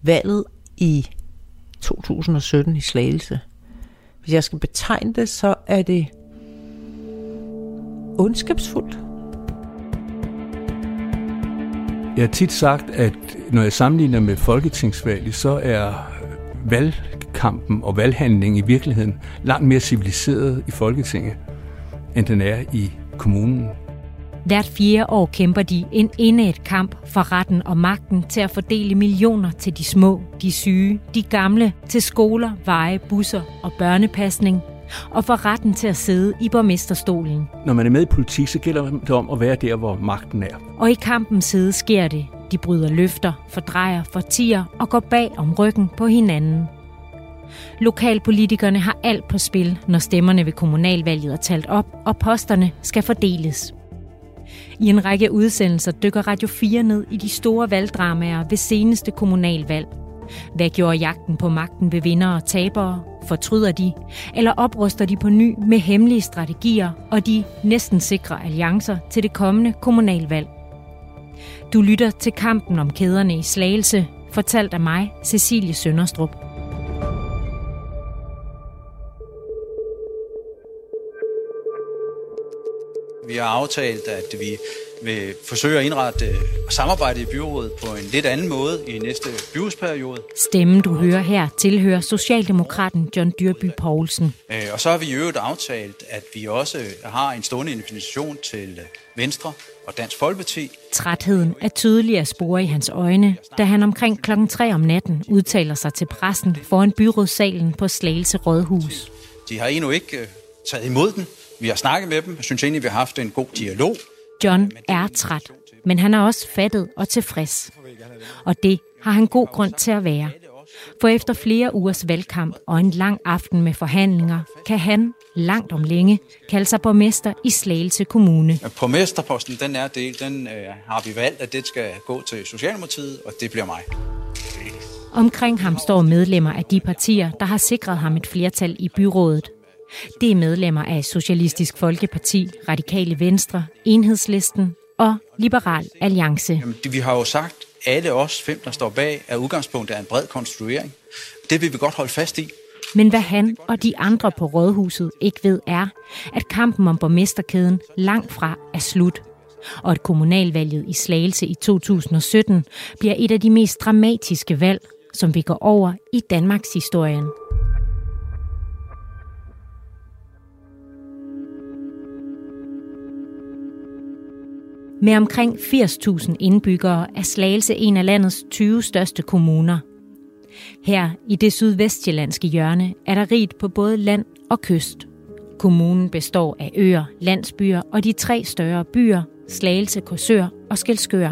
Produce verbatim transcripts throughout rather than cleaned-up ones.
valget i to tusind og sytten i Slagelse. Hvis jeg skal betegne det, så er det ondskabsfuldt. Jeg har tit sagt, at når jeg sammenligner med folketingsvalget, så er valgkampen og valghandlingen i virkeligheden langt mere civiliseret i Folketinget, end den er i kommunen. Hvert fjerde år kæmper de en indædt kamp for retten og magten til at fordele millioner til de små, de syge, de gamle, til skoler, veje, busser og børnepasning, og for retten til at sidde i borgmesterstolen. Når man er med i politik, så gælder det om at være der, hvor magten er. Og i kampens side sker det. De bryder løfter, fordrejer, fortier og går bag om ryggen på hinanden. Lokalpolitikerne har alt på spil, når stemmerne ved kommunalvalget er talt op, og posterne skal fordeles. I en række udsendelser dykker Radio fire ned i de store valgdramaer ved seneste kommunalvalg. Hvad gjorde jagten på magten ved vindere og tabere? Fortryder de? Eller opruster de på ny med hemmelige strategier og de næsten sikre alliancer til det kommende kommunalvalg? Du lytter til Kampen om kæderne i Slagelse, fortalt af mig, Cecilie Sønderstrup. Vi har aftalt, at vi vil forsøge at indrette samarbejdet i byrådet på en lidt anden måde i næste byrådsperiode. Stemmen, du hører her, tilhører Socialdemokraten John Dyrby Paulsen. Og så har vi i øvrigt aftalt, at vi også har en stående invitation til Venstre og Dansk Folkeparti. Trætheden er tydelig at spore i hans øjne, da han omkring klokken tre om natten udtaler sig til pressen foran byrådssalen på Slagelse Rådhus. De har endnu ikke taget imod den. Vi har snakket med dem. Jeg synes egentlig, vi har haft en god dialog. John er træt, men han er også fattet og tilfreds. Og det har han god grund til at være. For efter flere ugers valgkamp og en lang aften med forhandlinger, kan han langt om længe kalde sig borgmester i Slagelse Kommune. Borgmesterposten, den er del, den øh, har vi valgt, at det skal gå til Socialdemokratiet, og det bliver mig. Omkring ham står medlemmer af de partier, der har sikret ham et flertal i byrådet. Det er medlemmer af Socialistisk Folkeparti, Radikale Venstre, Enhedslisten og Liberal Alliance. Jamen, vi har jo sagt, alle os fem, der står bag, at udgangspunktet er en bred konstituering. Det vil vi godt holde fast i. Men hvad han og de andre på Rådhuset ikke ved er, at kampen om borgmesterkæden langt fra er slut. Og at kommunalvalget i Slagelse i to tusind og sytten bliver et af de mest dramatiske valg, som vi går over i Danmarks historien. Med omkring firs tusind indbyggere er Slagelse en af landets tyve største kommuner. Her i det sydvestjyllandske hjørne er der rigt på både land og kyst. Kommunen består af øer, landsbyer og de tre større byer, Slagelse, Korsør og Skælskør.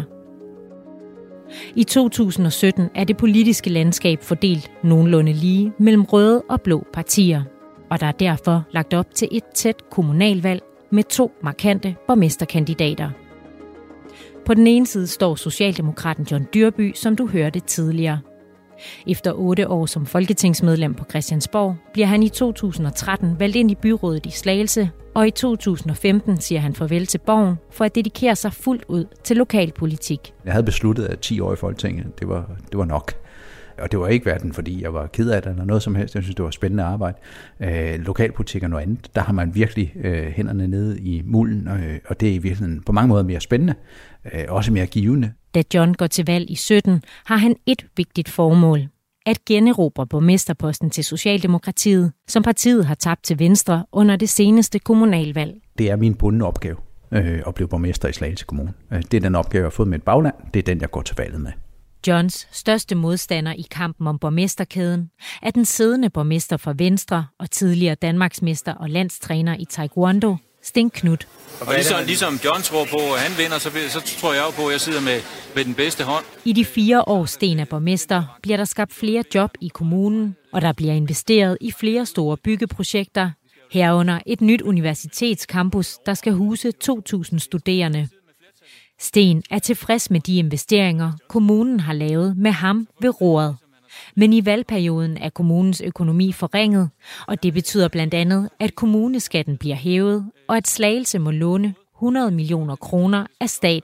I to tusind og sytten er det politiske landskab fordelt nogenlunde lige mellem røde og blå partier, og der er derfor lagt op til et tæt kommunalvalg med to markante borgmesterkandidater. På den ene side står Socialdemokraten John Dyrby, som du hørte tidligere. Efter otte år som folketingsmedlem på Christiansborg, bliver han i to tusind og tretten valgt ind i byrådet i Slagelse, og i to tusind og femten siger han farvel til Borgen for at dedikere sig fuldt ud til lokalpolitik. Jeg havde besluttet, at ti år i Folketinget, det var, det var nok. Og det var ikke hverken, fordi jeg var ked af det eller noget som helst. Jeg synes, det var spændende arbejde. Øh, lokalpolitik og noget andet, der har man virkelig øh, hænderne nede i mulden, øh, og det er i virkeligheden på mange måder mere spændende, øh, også mere givende. Da John går til valg i sytten, har han et vigtigt formål. At generobre borgmesterposten til Socialdemokratiet, som partiet har tabt til Venstre under det seneste kommunalvalg. Det er min bundne opgave øh, at blive borgmester i Slagelse Kommune. Det er den opgave, jeg har fået med et bagland. Det er den, jeg går til valget med. Johns største modstander i kampen om borgmesterkæden er den siddende borgmester for Venstre og tidligere Danmarksmester og landstræner i Taekwondo, Sten Knudt. Og ligesom, ligesom John tror på, at han vinder, så, så tror jeg jo på, at jeg sidder med, med den bedste hånd. I de fire år Sten er borgmester, bliver der skabt flere job i kommunen, og der bliver investeret i flere store byggeprojekter, herunder et nyt universitetscampus, der skal huse to tusind studerende. Sten er tilfreds med de investeringer, kommunen har lavet med ham ved roret. Men i valgperioden er kommunens økonomi forringet, og det betyder blandt andet, at kommuneskatten bliver hævet, og at Slagelse må låne hundrede millioner kroner af staten.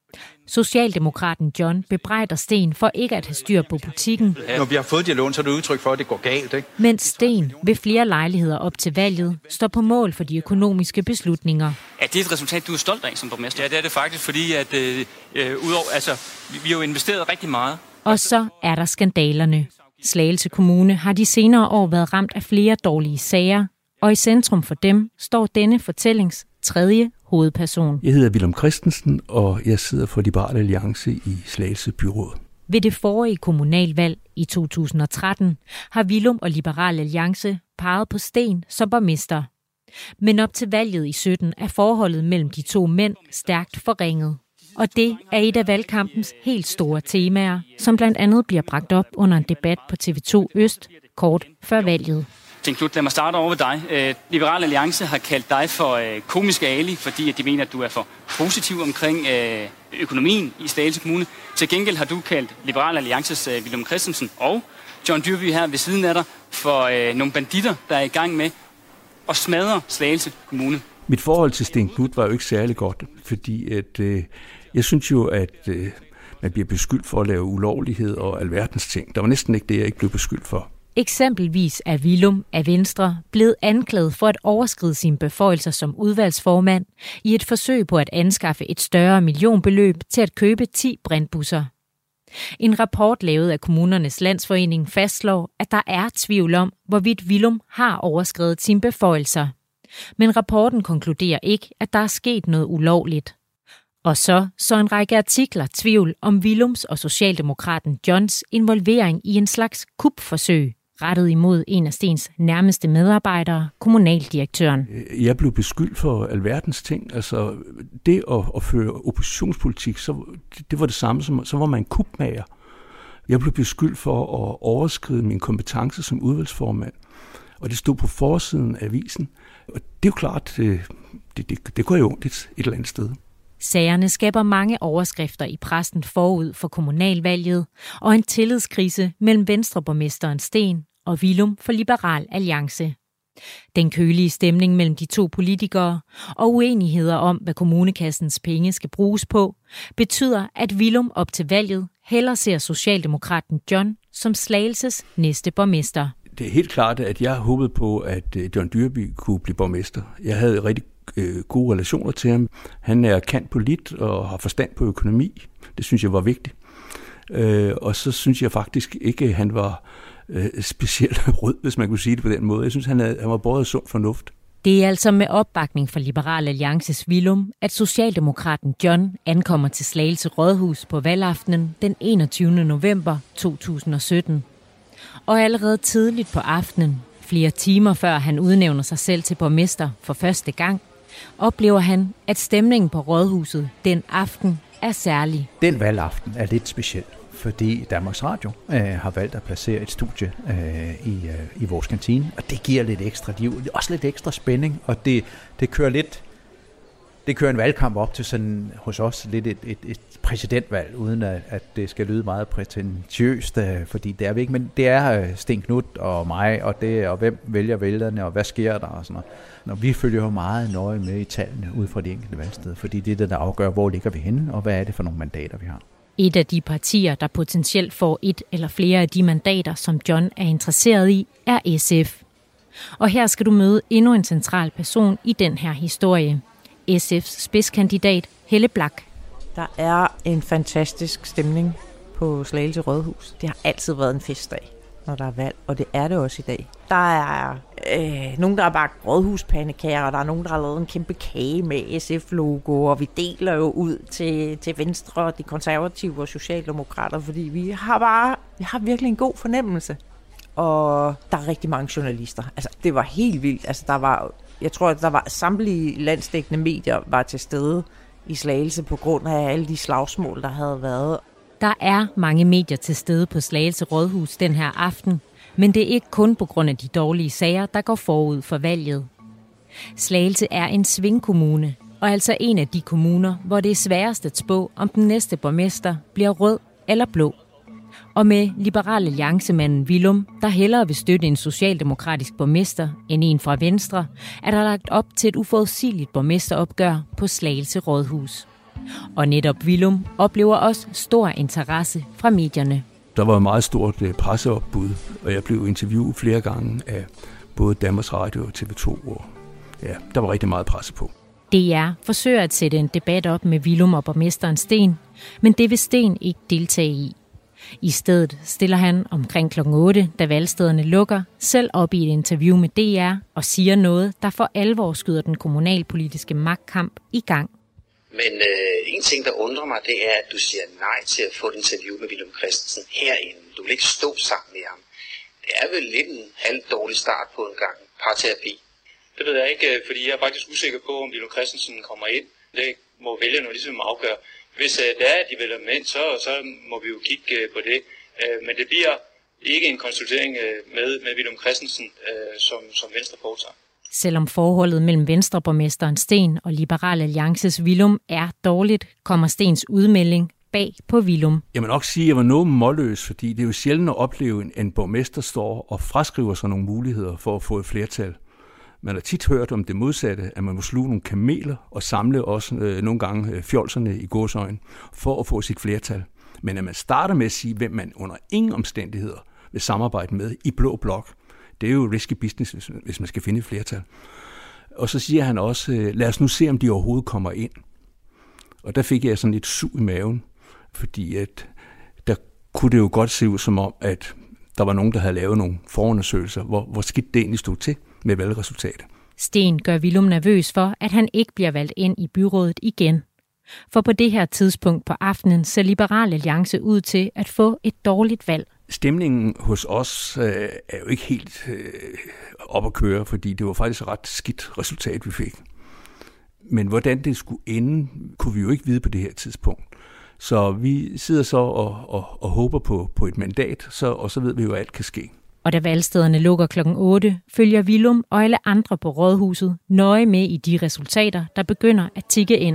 Socialdemokraten John bebrejder Sten for ikke at have styr på butikken. Når vi har fået dialogen, så er det udtryk for, at det går galt, ikke? Mens Sten ved flere lejligheder op til valget står på mål for de økonomiske beslutninger. Er det et resultat, du er stolt af som borgmester? Ja, det er det faktisk, fordi at, øh, øh, udover, altså, vi, vi har jo investeret rigtig meget. Og så er der skandalerne. Slagelse Kommune har de senere år været ramt af flere dårlige sager, og i centrum for dem står denne fortællings tredje hovedperson. Jeg hedder Villum Christensen, og jeg sidder for Liberal Alliance i Slagelse Byråd. Ved det forrige kommunalvalg i to tusind og tretten har Villum og Liberal Alliance peget på Sten som borgmester. Men op til valget i sytten er forholdet mellem de to mænd stærkt forringet. Og det er et af valgkampens helt store temaer, som blandt andet bliver bragt op under en debat på T V to Øst kort før valget. Sten Knuth, lad mig starte over ved dig. Øh, Liberal Alliance har kaldt dig for øh, komisk Ali, fordi at de mener, at du er for positiv omkring øh, økonomien i Slagelse Kommune. Til gengæld har du kaldt Liberal Alliances øh, Villum Christensen og John Dyrby her ved siden af dig for øh, nogle banditter, der er i gang med at smadre Slagelse Kommune. Mit forhold til Sten Knuth var jo ikke særlig godt, fordi at, øh, jeg synes jo, at øh, man bliver beskyldt for at lave ulovlighed og alverdens ting. Der var næsten ikke det, jeg ikke blev beskyldt for. Eksempelvis er Villum af Venstre blevet anklaget for at overskride sine beføjelser som udvalgsformand i et forsøg på at anskaffe et større millionbeløb til at købe ti brintbusser. En rapport lavet af Kommunernes Landsforening fastslår, at der er tvivl om, hvorvidt Villum har overskredet sine beføjelser. Men rapporten konkluderer ikke, at der er sket noget ulovligt. Og så så en række artikler tvivl om Villums og Socialdemokraten Johns involvering i en slags kupforsøg, rettet imod en af Stens nærmeste medarbejdere, kommunaldirektøren. Jeg blev beskyldt for alverdens ting. Altså, det at, at føre oppositionspolitik, så, det var det samme som, så var man kupmager. Jeg blev beskyldt for at overskride min kompetence som udvalgsformand. Og det stod på forsiden af avisen. Og det er jo klart, det, det, det, det går jo ondt et, et eller andet sted. Sagerne skaber mange overskrifter i pressen forud for kommunalvalget og en tillidskrise mellem Venstreborgmesteren Sten og Villum for Liberal Alliance. Den kølige stemning mellem de to politikere og uenigheder om, hvad kommunekassens penge skal bruges på, betyder, at Villum op til valget hellere ser Socialdemokraten John som Slagelses næste borgmester. Det er helt klart, at jeg håbede på, at John Dyrby kunne blive borgmester. Jeg havde rigtig gode relationer til ham. Han er kant polit og har forstand på økonomi. Det synes jeg var vigtigt. Og så synes jeg faktisk ikke, at han var specielt rød, hvis man kunne sige det på den måde. Jeg synes, han, havde, han var båret af sund fornuft. Det er altså med opbakning fra Liberal Alliances Villum, at Socialdemokraten John ankommer til Slagelse Rådhus på valgaftenen den enogtyvende november to tusind og sytten. Og allerede tidligt på aftenen, flere timer før han udnævner sig selv til borgmester for første gang, oplever han, at stemningen på Rådhuset den aften er særlig. Den valgaften er lidt speciel, fordi Danmarks Radio øh, har valgt at placere et studie øh, i, øh, i vores kantine, og det giver lidt ekstra liv, også lidt ekstra spænding, og det, det kører lidt, det kører en valgkamp op til sådan hos os lidt et, et, et præsidentvalg, uden at, at det skal lyde meget prætentiøst, øh, fordi det er vi ikke, men det er øh, Sten Knuth og mig, og, det, og hvem vælger vælgerne, og hvad sker der, og sådan noget. Når vi følger jo meget nøje med i tallene ud fra de enkelte valgsteder, fordi det er det, der afgør, hvor ligger vi henne, og hvad er det for nogle mandater, vi har. Et af de partier, der potentielt får et eller flere af de mandater, som John er interesseret i, er S F. Og her skal du møde endnu en central person i den her historie. S F's spidskandidat Helle Blak. Der er en fantastisk stemning på Slagelse Rådhus. Det har altid været en festdag, når der er valg, og det er det også i dag. Der er øh, nogen, der har bagt rådhuspandekager, og der er nogen, der har lavet en kæmpe kage med S F-logo, og vi deler jo ud til, til Venstre, de konservative og socialdemokrater, fordi vi har bare vi har virkelig en god fornemmelse. Og der er rigtig mange journalister. Altså, det var helt vildt. Altså, der var, jeg tror, at der var samtlige landsdækkende medier var til stede i Slagelse på grund af alle de slagsmål, der havde været. Der er mange medier til stede på Slagelse Rådhus den her aften, men det er ikke kun på grund af de dårlige sager, der går forud for valget. Slagelse er en svingkommune, og altså en af de kommuner, hvor det er sværest at spå, om den næste borgmester bliver rød eller blå. Og med Liberal Alliancemanden Villum, der hellere vil støtte en socialdemokratisk borgmester end en fra Venstre, er der lagt op til et uforudsigeligt borgmesteropgør på Slagelse Rådhus. Og netop Willum oplever også stor interesse fra medierne. Der var et meget stort presseopbud, og jeg blev interviewet flere gange af både Danmarks Radio og T V to. Og ja, der var rigtig meget presse på. D R forsøger at sætte en debat op med Willum og borgmesteren Steen, men det vil Steen ikke deltage i. I stedet stiller han omkring klokken otte, da valgstederne lukker, selv op i et interview med D R og siger noget, der for alvor skyder den kommunalpolitiske magtkamp i gang. Men øh, en ting, der undrer mig, det er, at du siger nej til at få et interview med Villum Christensen herinde. Du vil ikke stå sammen med ham. Det er vel lidt en halv dårlig start på en gang parterapi. Det ved jeg ikke, fordi jeg er faktisk usikker på, om Villum Christensen kommer ind. Det må vælgerne jo ligesom afgøre. Hvis uh, det er, at de vælger dem ind, så, så må vi jo kigge uh, på det. Uh, men det bliver ikke en konsultering uh, med, med Villum Christensen, uh, som, som Venstre foretager. Selvom forholdet mellem Venstreborgmesteren Steen og Liberal Alliances Willum er dårligt, kommer Stens udmelding bag på Willum. Jeg må nok sige, at jeg var noget målløs, fordi det er jo sjældent at opleve, at en borgmester står og fraskriver sig nogle muligheder for at få et flertal. Man har tit hørt om det modsatte, at man må sluge nogle kameler og samle også øh, nogle gange øh, fjolserne i gåseøjne for at få sit flertal. Men at man starter med at sige, hvem man under ingen omstændigheder vil samarbejde med i blå blok, det er jo risky business, hvis, hvis man skal finde et flertal. Og så siger han også, øh, lad os nu se, om de overhovedet kommer ind. Og der fik jeg sådan et sug i maven, fordi at der kunne det jo godt se ud som om, at der var nogen, der havde lavet nogle forundersøgelser, hvor, hvor skidt det egentlig stod til med valgresultatet. Sten gør Willum nervøs for, at han ikke bliver valgt ind i byrådet igen. For på det her tidspunkt på aftenen ser Liberal Alliance ud til at få et dårligt valg. Stemningen hos os øh, er jo ikke helt øh, op at køre, fordi det var faktisk et ret skidt resultat, vi fik. Men hvordan det skulle ende, kunne vi jo ikke vide på det her tidspunkt. Så vi sidder så og, og, og håber på, på et mandat, så, og så ved vi jo, at alt kan ske. Og da valgstederne lukker klokken otte, følger Willum og alle andre på rådhuset nøje med i de resultater, der begynder at tikke ind.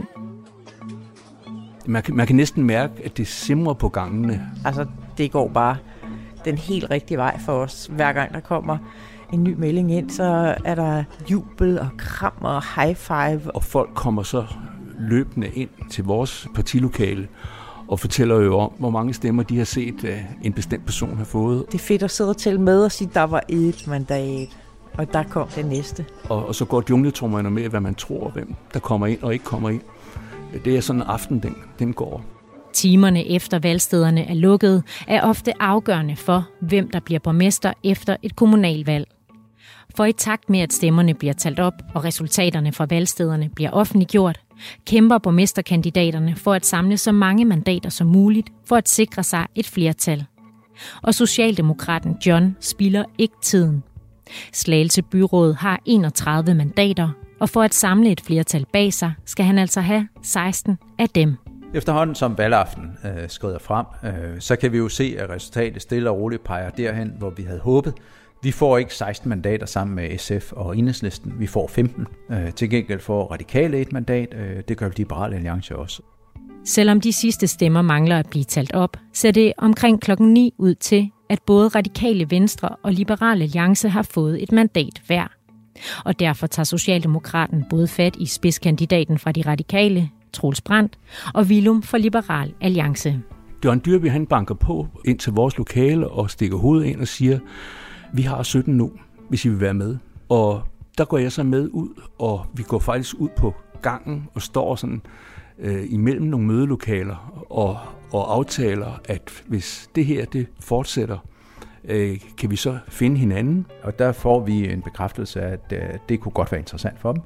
Man kan, man kan næsten mærke, at det simrer på gangene. Altså, det går bare den helt rigtige vej for os. Hver gang der kommer en ny melding ind, så er der jubel og kram og high five. Og folk kommer så løbende ind til vores partilokale og fortæller jo om, hvor mange stemmer de har set, at en bestemt person har fået. Det er fedt at sidde og tælle med og sige, at der var et mandat, og der kom det næste. Og, og så går jungletrummerne med, hvad man tror, hvem der kommer ind og ikke kommer ind. Det er sådan en aften, den, den går. Timerne efter valgstederne er lukket, er ofte afgørende for, hvem der bliver borgmester efter et kommunalvalg. For i takt med, at stemmerne bliver talt op, og resultaterne fra valgstederne bliver offentliggjort, kæmper borgmesterkandidaterne for at samle så mange mandater som muligt for at sikre sig et flertal. Og Socialdemokraten John spilder ikke tiden. Slagelse byråd har enogtredive mandater, og for at samle et flertal bag sig, skal han altså have seksten af dem. Efterhånden som valgaften øh, skrider frem, øh, så kan vi jo se, at resultatet stille og roligt peger derhen, hvor vi havde håbet. Vi får ikke seksten mandater sammen med S F og Enhedslisten. Vi får femten. Øh, til gengæld får Radikale et mandat. Øh, det gør Liberal Alliance også. Selvom de sidste stemmer mangler at blive talt op, ser det omkring klokken ni ud til, at både Radikale Venstre og Liberal Alliance har fået et mandat hver. Og derfor tager Socialdemokraten både fat i spidskandidaten fra de radikale, Troels Brandt, og Willum for Liberal Alliance. Jørgen Dyrby, han banker på ind til vores lokale og stikker hovedet ind og siger, vi har sytten nu, hvis I vil være med. Og der går jeg så med ud, og vi går faktisk ud på gangen og står sådan øh, imellem nogle mødelokaler og, og aftaler, at hvis det her det fortsætter, øh, kan vi så finde hinanden. Og der får vi en bekræftelse af, at øh, det kunne godt være interessant for dem.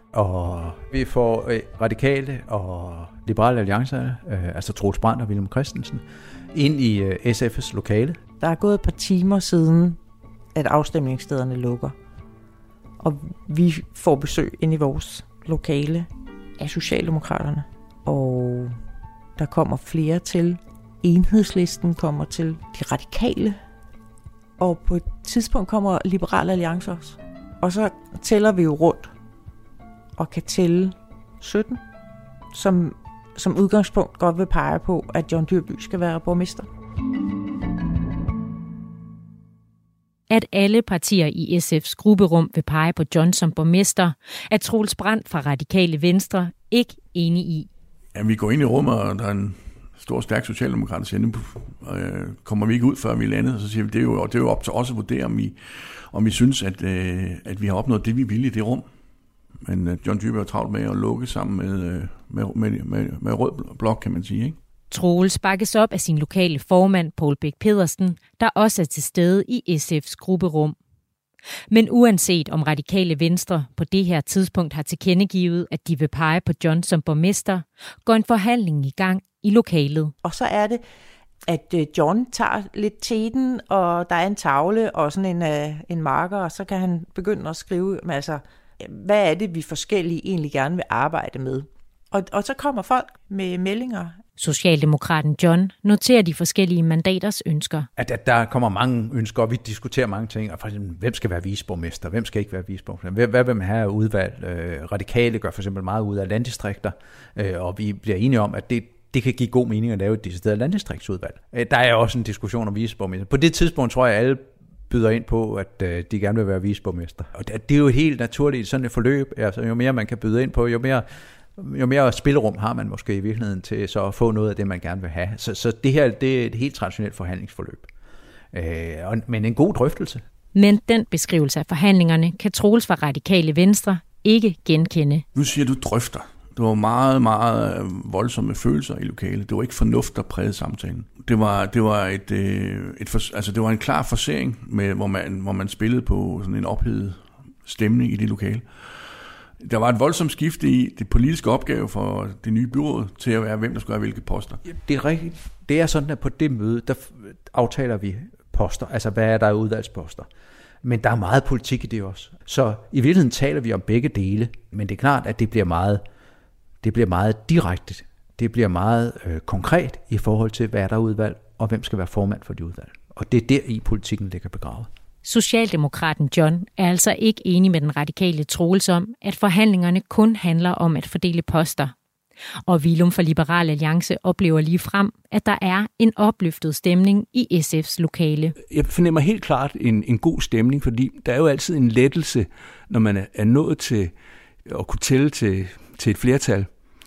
Og vi får øh, Radikale og Liberale Alliance, øh, altså Troels Brandt og Villum Christensen, ind i øh, S F's lokale. Der er gået et par timer siden, at afstemningsstederne lukker. Og vi får besøg ind i vores lokale af Socialdemokraterne. Og der kommer flere til. Enhedslisten kommer til. De radikale. Og på et tidspunkt kommer Liberal Alliance også. Og så tæller vi jo rundt. Og kan tælle sytten. Som, som udgangspunkt godt vil pege på, at John Dyrby skal være borgmester. At alle partier i S F's grupperum vil pege på John som borgmester, er Troels Brandt fra Radikale Venstre ikke enig i. Ja, vi går ind i rummet, og der er en stor, stærk socialdemokrat, der siger, nu øh, kommer vi ikke ud, før vi er landet. Og så siger vi, det er jo, det er jo op til os at vurdere, om vi, om vi synes, at, øh, at vi har opnået det, vi ville i det rum. Men øh, John Dyrby er travlt med at lukke sammen med, øh, med, med, med, med rød blok, kan man sige, ikke? Troels bakkes op af sin lokale formand, Poul Bech Pedersen, der også er til stede i S F's grupperum. Men uanset om Radikale Venstre på det her tidspunkt har tilkendegivet, at de vil pege på John som borgmester, går en forhandling i gang i lokalet. Og så er det, at John tager lidt teten, og der er en tavle og sådan en, en marker, og så kan han begynde at skrive, altså, hvad er det, vi forskellige egentlig gerne vil arbejde med. Og, og så kommer folk med meldinger. Socialdemokraten John noterer de forskellige mandaters ønsker. At, at der kommer mange ønsker, og vi diskuterer mange ting. Og for eksempel, hvem skal være viceborgmester? Hvem skal ikke være viceborgmester? Hvad, hvad vil man have udvalg? Øh, Radikale gør for eksempel meget ud af landdistrikter, øh, og vi bliver enige om, at det, det kan give god mening at lave et decideret landdistriktsudvalg. Øh, der er også en diskussion om viceborgmester. På det tidspunkt tror jeg, at alle byder ind på, at øh, de gerne vil være viceborgmester. Og det, det er jo helt naturligt sådan et forløb. Altså, jo mere man kan byde ind på, jo mere... jo mere spillerum har man måske i virkeligheden til så at få noget af det, man gerne vil have. Så, så det her det er et helt traditionelt forhandlingsforløb. Øh, men en god drøftelse. Men den beskrivelse af forhandlingerne kan Troels fra Radikale Venstre ikke genkende. Nu siger du drøfter. Det var meget, meget voldsomme følelser i lokalet. Det var ikke fornuft, der prægede samtalen. Det var, det var, et, et for, altså det var en klar forsering, med, hvor, man, hvor man spillede på sådan en ophedet stemning i det lokale. Der var et voldsomt skifte i det politiske opgave for det nye byråd til at være, hvem der skulle have hvilke poster. Det er rigtigt. Det er sådan, at på det møde, der aftaler vi poster. Altså, hvad er der af udvalgsposter? Men der er meget politik i det også. Så i virkeligheden taler vi om begge dele, men det er klart, at det bliver meget, det bliver meget direkte. Det bliver meget øh, konkret i forhold til, hvad er der udvalg, og hvem skal være formand for de udvalg. Og det er der i politikken ligger begravet. Socialdemokraten John er altså ikke enig med den radikale Troels om, at forhandlingerne kun handler om at fordele poster. Og Willum fra Liberal Alliance oplever lige frem, at der er en opløftet stemning i S F's lokale. Jeg fornemmer helt klart en, en god stemning, fordi der er jo altid en lettelse, når man er nået til at kunne tælle til, til et flertal.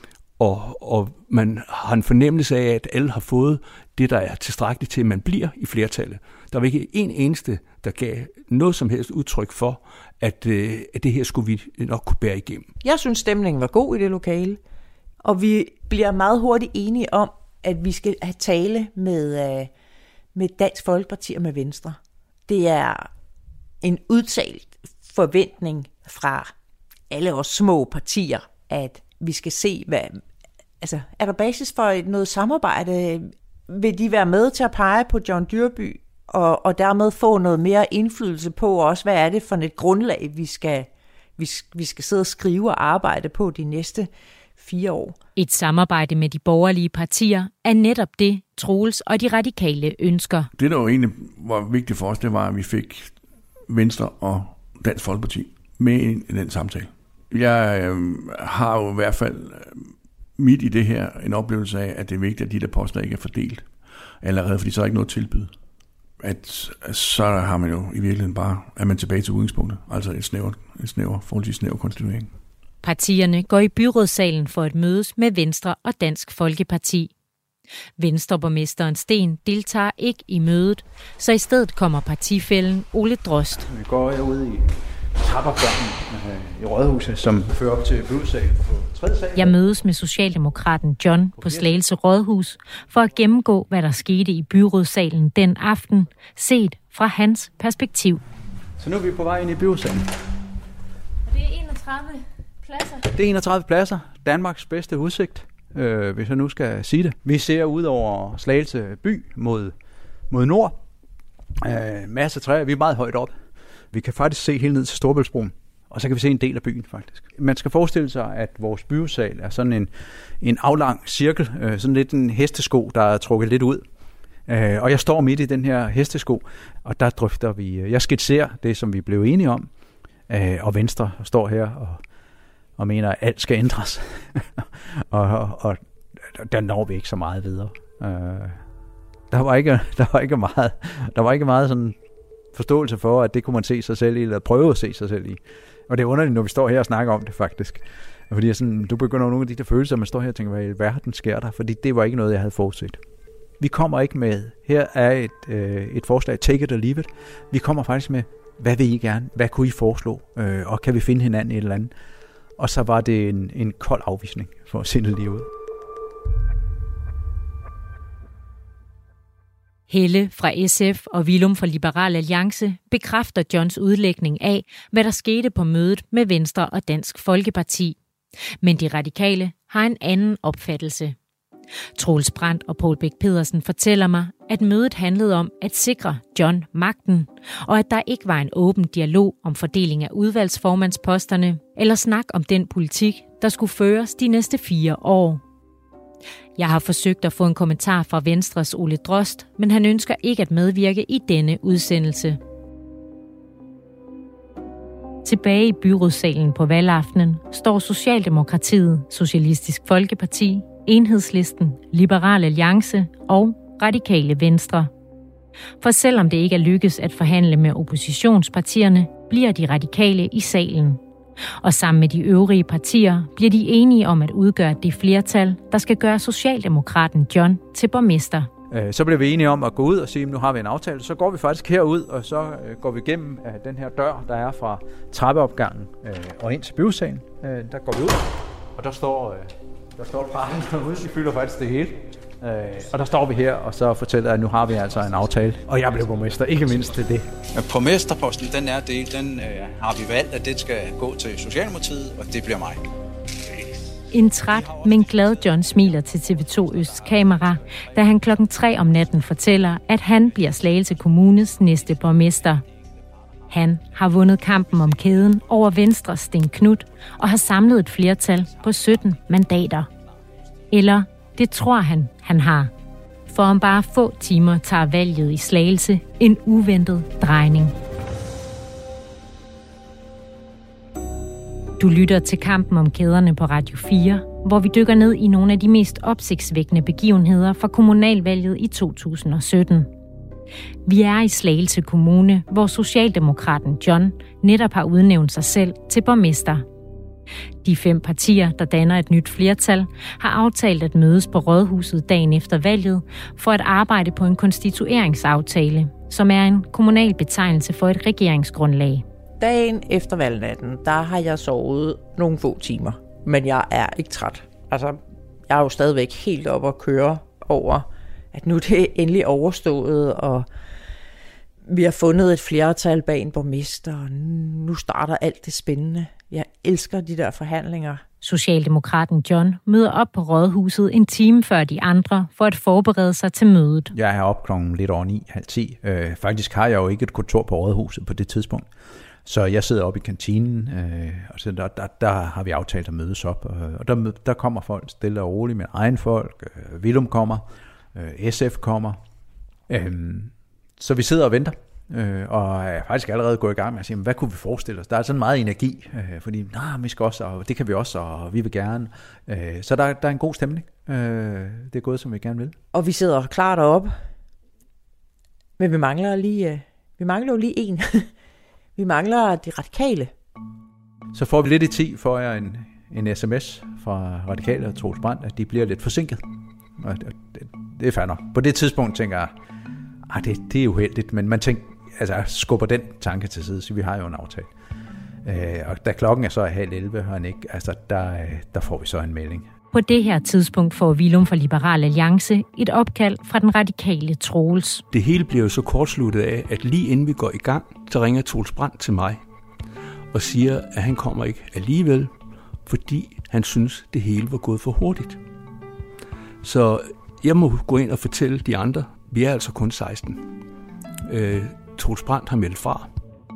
Og, og man har en fornemmelse af, at alle har fået det, der er tilstrækkeligt til, at man bliver i flertallet. Der var ikke en eneste, der gav noget som helst udtryk for, at, øh, at det her skulle vi nok kunne bære igennem. Jeg synes, stemningen var god i det lokale, og vi bliver meget hurtigt enige om, at vi skal have tale med, øh, med Dansk Folkeparti og med Venstre. Det er en udtalt forventning fra alle os små partier, at vi skal se, hvad, altså, er der basis for noget samarbejde? Vil de være med til at pege på John Dyrby, og, og dermed få noget mere indflydelse på også, hvad er det for et grundlag, vi skal, vi, vi skal sidde og skrive og arbejde på de næste fire år? Et samarbejde med de borgerlige partier er netop det, Troels og de radikale ønsker. Det, der jo egentlig var vigtigt for os, det var, at vi fik Venstre og Dansk Folkeparti med i den samtale. Jeg øh, har jo i hvert fald midt i det her en oplevelse af, at det er vigtigt, at de der poster ikke er fordelt allerede, fordi så er ikke noget tilbud. At, så har man jo i virkeligheden bare, er man tilbage til udgangspunktet, altså et snævert, et snæver, forholdsvis snæver konstituering. Partierne går i byrådssalen for at mødes med Venstre og Dansk Folkeparti. Venstreborgmesteren Sten deltager ikke i mødet, så i stedet kommer partifællen Ole Drost. Vi går herude i trappeopgangen i Rådhuset, som fører op til byrådssalen på tredje sal. Jeg mødes med socialdemokraten John på Slagelse Rådhus for at gennemgå, hvad der skete i byrådssalen den aften, set fra hans perspektiv. Så nu er vi på vej ind i byrådssalen. Det er enogtredive pladser. Det er enogtredive pladser. Danmarks bedste udsigt, øh, hvis jeg nu skal sige det. Vi ser ud over Slagelse by mod, mod nord. Øh, masser af træer. Vi er meget højt op. Vi kan faktisk se helt ned til Storebæltsbroen, og så kan vi se en del af byen faktisk. Man skal forestille sig, at vores byrådssal er sådan en, en aflang cirkel, øh, sådan lidt en hestesko, der er trukket lidt ud. Øh, og jeg står midt i den her hestesko, og der drøfter vi, jeg skitserer det, som vi blev enige om, øh, og Venstre står her og, og mener, at alt skal ændres. og, og, og der når vi ikke så meget videre. Øh, der var ikke, der var ikke meget, der var ikke meget sådan forståelse for, at det kunne man se sig selv i, eller prøve at se sig selv i. Og det er underligt, når vi står her og snakker om det faktisk. Fordi jeg sådan, du begynder nogle af de der følelser, man står her og tænker, hvad i verden sker der? Fordi det var ikke noget, jeg havde forudset. Vi kommer ikke med, her er et, øh, et forslag, take it or leave it. Vi kommer faktisk med, hvad vil I gerne? Hvad kunne I foreslå? Øh, og kan vi finde hinanden i et eller andet? Og så var det en, en kold afvisning for at sende det lige ud. Helle fra S F og Willum fra Liberal Alliance bekræfter Johns udlægning af, hvad der skete på mødet med Venstre og Dansk Folkeparti. Men de radikale har en anden opfattelse. Troels Brandt og Poul Bech Pedersen fortæller mig, at mødet handlede om at sikre John magten, og at der ikke var en åben dialog om fordeling af udvalgsformandsposterne eller snak om den politik, der skulle føres de næste fire år. Jeg har forsøgt at få en kommentar fra Venstres Ole Drost, men han ønsker ikke at medvirke i denne udsendelse. Tilbage i byrådssalen på valgaftenen står Socialdemokratiet, Socialistisk Folkeparti, Enhedslisten, Liberal Alliance og Radikale Venstre. For selvom det ikke er lykkes at forhandle med oppositionspartierne, bliver de radikale i salen. Og sammen med de øvrige partier bliver de enige om at udgøre det flertal, der skal gøre Socialdemokraten John til borgmester. Så blev vi enige om at gå ud og sige, at nu har vi en aftale. Så går vi faktisk herud, og så går vi igennem den her dør, der er fra trappeopgangen og ind til byrådssalen. Der går vi ud, og der står, der står parken derude. De fylder faktisk det hele. Og der står vi her, og så fortæller jeg, at nu har vi altså en aftale. Og jeg blev borgmester, ikke mindst til det. Borgmesterposten, den er del, den øh, har vi valgt, at det skal gå til Socialdemokratiet, og det bliver mig. En træt, men glad John smiler til T V to Østs kamera, da han klokken tre om natten fortæller, at han bliver Slagelse Kommunes næste borgmester. Han har vundet kampen om kæden over Venstres Sten Knudt og har samlet et flertal på sytten mandater. Eller det tror han, han har. For om bare få timer tager valget i Slagelse en uventet drejning. Du lytter til Kampen om kæderne på Radio fire, hvor vi dykker ned i nogle af de mest opsigtsvækkende begivenheder fra kommunalvalget i to tusind og sytten. Vi er i Slagelse Kommune, hvor Socialdemokraten John netop har udnævnt sig selv til borgmester. De fem partier, der danner et nyt flertal, har aftalt at mødes på Rådhuset dagen efter valget for at arbejde på en konstitueringsaftale, som er en kommunal betegnelse for et regeringsgrundlag. Dagen efter valgnatten, der har jeg sovet nogle få timer, men jeg er ikke træt. Altså, jeg er jo stadigvæk helt oppe at køre over, at nu det er endelig overstået, og vi har fundet et flertal bag en borgmester, og nu starter alt det spændende. Jeg elsker de der forhandlinger. Socialdemokraten John møder op på Rådhuset en time før de andre for at forberede sig til mødet. Jeg er heroppe klokken lidt over ni, halv ti. Øh, faktisk har jeg jo ikke et kontor på Rådhuset på det tidspunkt. Så jeg sidder oppe i kantinen, øh, og så der, der, der har vi aftalt at mødes op. Og der, der kommer folk stille og roligt, med egen folk. Øh, Willum kommer, øh, S F kommer. Øh, så vi sidder og venter. Øh, og er faktisk allerede gået i gang med at sige, hvad kunne vi forestille os? Der er sådan meget energi, øh, fordi nah, vi skal også, og det kan vi også, og vi vil gerne. Øh, så der, der er en god stemning. Øh, det er gået, som vi gerne vil. Og vi sidder klar deroppe, men vi mangler lige, øh, vi mangler jo lige en. Vi mangler de radikale. Så får vi lidt i ti, får jeg en, en sms fra radikale og Troels Brandt, at de bliver lidt forsinket. Og det, det, det er fair nok. På det tidspunkt tænker jeg, ah, det, det er uheldigt, men man tænker, altså skubber den tanke til side, så vi har jo en aftale. Øh, og da klokken er så halv elleve, og han ikke, altså der, der får vi så en melding. På det her tidspunkt får Willum fra Liberal Alliance et opkald fra den radikale Troels. Det hele bliver jo så kortsluttet af, at lige inden vi går i gang, så ringer Troels Brandt til mig og siger, at han kommer ikke alligevel, fordi han synes, det hele var gået for hurtigt. Så jeg må gå ind og fortælle de andre, vi er altså kun seksten. Øh, Troels Brandt har meldt fra.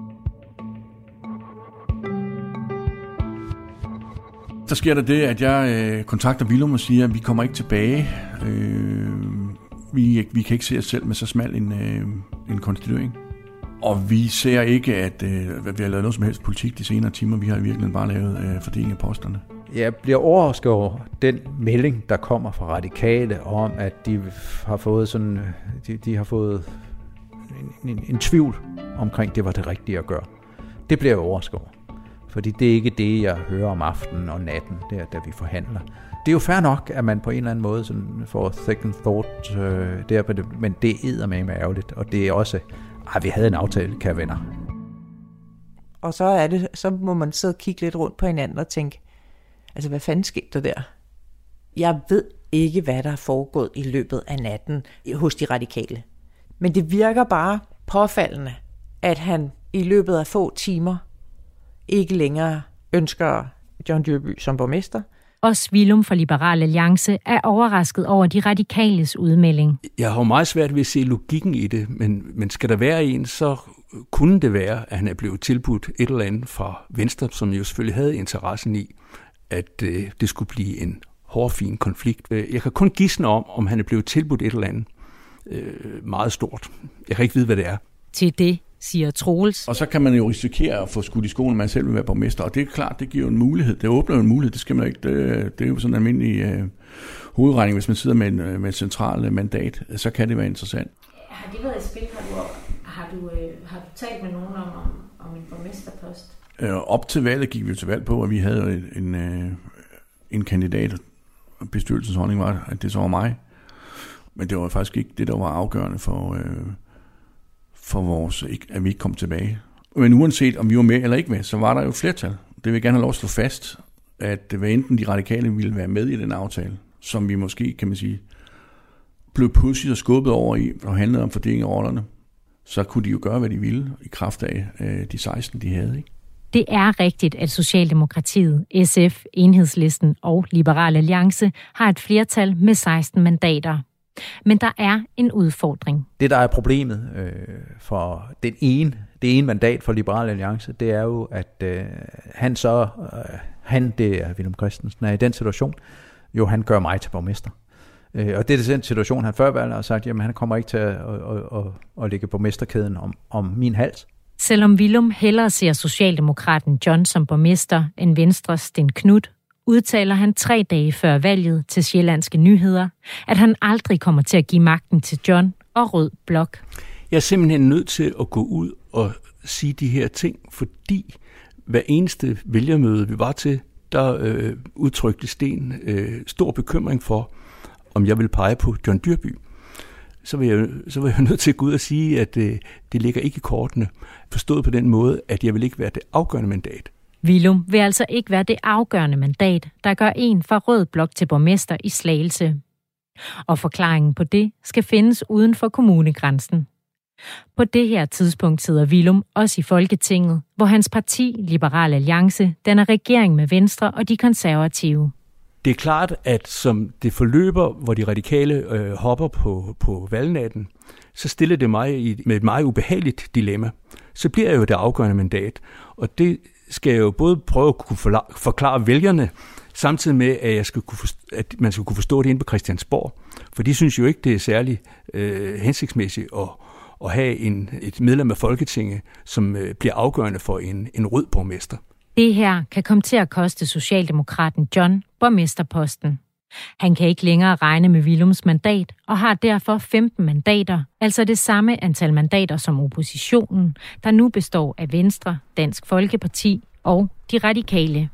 Så sker der det, at jeg øh, kontakter Willum og siger, at vi kommer ikke tilbage. Øh, vi, vi kan ikke se os selv med så smal en, øh, en konstituering. Og vi ser ikke, at øh, vi har lavet noget som helst politik de senere timer. Vi har i virkeligheden bare lavet øh, fordeling af posterne. Jeg bliver overrasket over den melding, der kommer fra radikale om, at de har fået sådan, de, de har fået en, en, en tvivl omkring, det var det rigtige at gøre. Det bliver jeg overrasket over. Fordi det er ikke det, jeg hører om aftenen og natten, der, da vi forhandler. Det er jo fair nok, at man på en eller anden måde sådan får second thought øh, der på det, men det er eddermame ærgerligt, og det er også, at vi havde en aftale, kære venner. Og så er det, så må man sidde og kigge lidt rundt på hinanden og tænke, altså hvad fanden skete der der? Jeg ved ikke, hvad der er foregået i løbet af natten hos de radikale. Men det virker bare påfaldende, at han i løbet af få timer ikke længere ønsker John Dyrby som borgmester. Også Willum fra Liberal Alliance er overrasket over de radikales udmelding. Jeg har jo meget svært ved at se logikken i det, men, men skal der være en, så kunne det være, at han er blevet tilbudt et eller andet fra Venstre, som jo selvfølgelig havde interessen i, at øh, det skulle blive en hårfin konflikt. Jeg kan kun gisne om, om han er blevet tilbudt et eller andet øh, meget stort. Jeg kan ikke vide, hvad det er. Til det siger Troels. Og så kan man jo risikere at få skudt i skolen, at man selv vil være borgmester. Og det er klart, det giver jo en mulighed. Det åbner jo en mulighed. Det skal man ikke. Det, det er jo sådan en almindelig øh, hovedregning. Hvis man sidder med, en, med et centralt mandat, så kan det være interessant. Har det været i spil? Har du, har du, øh, har du talt med nogen om, om, om en borgmesterpost? Øh, op til valget gik vi jo til valg på, at vi havde en, en, en kandidat. Bestyrelsens holdning var, at det så var mig. Men det var faktisk ikke det, der var afgørende for... Øh, for vores, at vi ikke kom tilbage. Men uanset om vi var med eller ikke med, så var der jo flertal. Det vil jeg gerne have lov at slå fast, at hvad enten de radikale ville være med i den aftale, som vi måske, kan man sige, blev pludselig og skubbet over i, og handlede om fordeling af rollerne, så kunne de jo gøre, hvad de ville, i kraft af de seksten, de havde. Ikke? Det er rigtigt, at Socialdemokratiet, S F, Enhedslisten og Liberal Alliance har et flertal med seksten mandater. Men der er en udfordring. Det, der er problemet øh, for den ene, det ene mandat for Liberal Alliance, det er jo, at øh, han så, øh, han, det er Villum Christensen, er i den situation, jo han gør mig til borgmester. Øh, og det er den situation, han før valget har sagt, jamen han kommer ikke til at, at, at, at, at lægge borgmesterkæden om, om min hals. Selvom Willum hellere ser Socialdemokraten John som borgmester end Venstres Sten Knudt, udtaler han tre dage før valget til Sjællandske Nyheder, at han aldrig kommer til at give magten til John og Rød Blok. Jeg er simpelthen nødt til at gå ud og sige de her ting, fordi hver eneste vælgermøde, vi var til, der øh, udtrykte Sten øh, stor bekymring for, om jeg vil pege på John Dyrby. Så vil jeg, så vil jeg nødt til at gå ud og sige, at øh, det ligger ikke i kortene. Forstået på den måde, at jeg vil ikke være det afgørende mandat. Willum vil altså ikke være det afgørende mandat, der gør en fra Rød Blok til borgmester i Slagelse. Og forklaringen på det skal findes uden for kommunegrænsen. På det her tidspunkt sidder Willum også i Folketinget, hvor hans parti, Liberal Alliance, danner regering med Venstre og de konservative. Det er klart, at som det forløber, hvor de radikale øh, hopper på, på valgnatten, så stiller det mig i, med et meget ubehageligt dilemma. Så bliver jeg jo det afgørende mandat, og det skal jeg jo både prøve at kunne forklare vælgerne, samtidig med, at, jeg skal kunne forstå, at man skal kunne forstå det inde på Christiansborg. For de synes jo ikke, det er særlig øh, hensigtsmæssigt at, at have en, et medlem af Folketinget, som øh, bliver afgørende for en, en rød borgmester. Det her kan komme til at koste Socialdemokraten John borgmesterposten. Han kan ikke længere regne med Willums mandat og har derfor femten mandater, altså det samme antal mandater som oppositionen, der nu består af Venstre, Dansk Folkeparti og de radikale.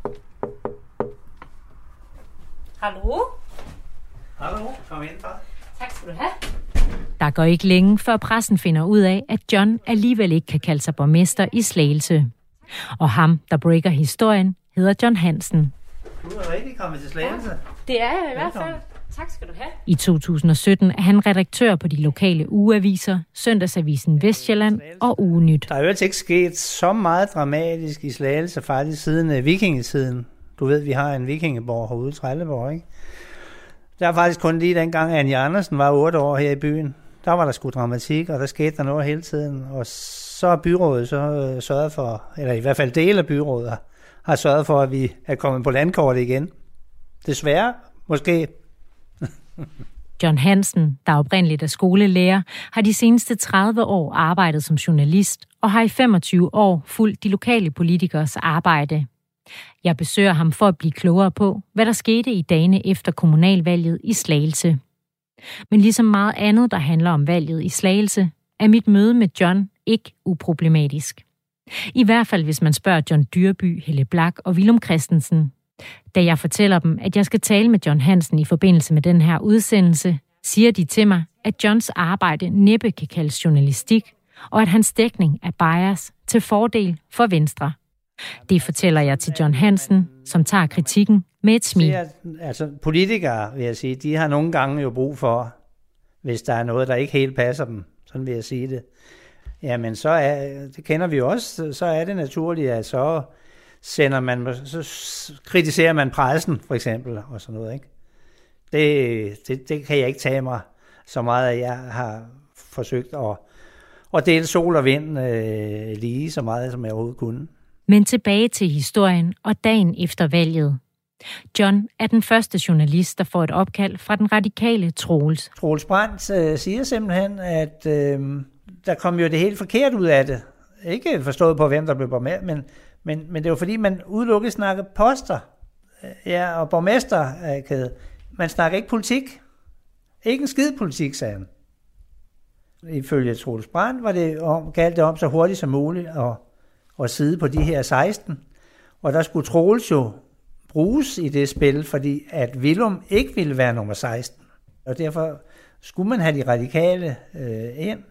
Hallo? Hallo, kom ind, far. Tak skal du have. Der går ikke længe, før pressen finder ud af, at John alligevel ikke kan kalde sig borgmester i Slagelse. Og ham, der breaker historien, hedder John Hansen. Du er rigtig kommet til Slagelse. Ja, det er jeg i hvert fald. Tak skal du have. I to tusind og sytten er han redaktør på de lokale ugeaviser, Søndagsavisen Vestjylland og Ugenyt. Der er jo ikke sket så meget dramatisk i Slagelse faktisk siden vikingetiden. Du ved, vi har en vikingeborg herude i Trelleborg, ikke? Der er faktisk kun lige dengang, at Anja Andersen var otte år her i byen. Der var der sgu dramatik, og der skete der noget hele tiden. Og så er byrådet så øh, sørget for, eller i hvert fald dele af byrådet har, har sørget for, at vi er kommet på landkortet igen. Desværre, måske. John Hansen, der oprindeligt er skolelærer, har de seneste tredive år arbejdet som journalist og har i femogtyve år fulgt de lokale politikers arbejde. Jeg besøger ham for at blive klogere på, hvad der skete i dagene efter kommunalvalget i Slagelse. Men ligesom meget andet, der handler om valget i Slagelse, er mit møde med John ikke uproblematisk. I hvert fald, hvis man spørger John Dyrby, Helle Blak og Villum Christensen. Da jeg fortæller dem, at jeg skal tale med John Hansen i forbindelse med den her udsendelse, siger de til mig, at Johns arbejde næppe kan kaldes journalistik, og at hans dækning er bias til fordel for Venstre. Det fortæller jeg til John Hansen, som tager kritikken med et smil. Altså, politikere, vil jeg sige, de har nogle gange jo brug for, hvis der er noget, der ikke helt passer dem, sådan vil jeg sige det. Jamen, så er, det kender vi jo også, så er det naturligt, at så sender man, så kritiserer man pressen, for eksempel, og sådan noget, ikke? Det, det, det kan jeg ikke tage mig så meget, at jeg har forsøgt at, at dele sol og vind øh, lige så meget, som jeg overhovedet kunne. Men tilbage til historien og dagen efter valget. John er den første journalist, der får et opkald fra den radikale Troels. Troels Brandt øh, siger simpelthen, at øh, der kom jo det helt forkert ud af det. Ikke forstået på, hvem der blev borgmester, men, men, men det var fordi, man udelukkede snakke poster ja, og borgmesterkæde. Man snakker ikke politik. Ikke en skid politik, sagde han. Ifølge Troels Brandt var det om, galt det om så hurtigt som muligt at, at sidde på de her seksten. Og der skulle Troels jo bruges i det spil, fordi at Villum ikke ville være nummer seksten. Og derfor skulle man have de radikale øh, ind,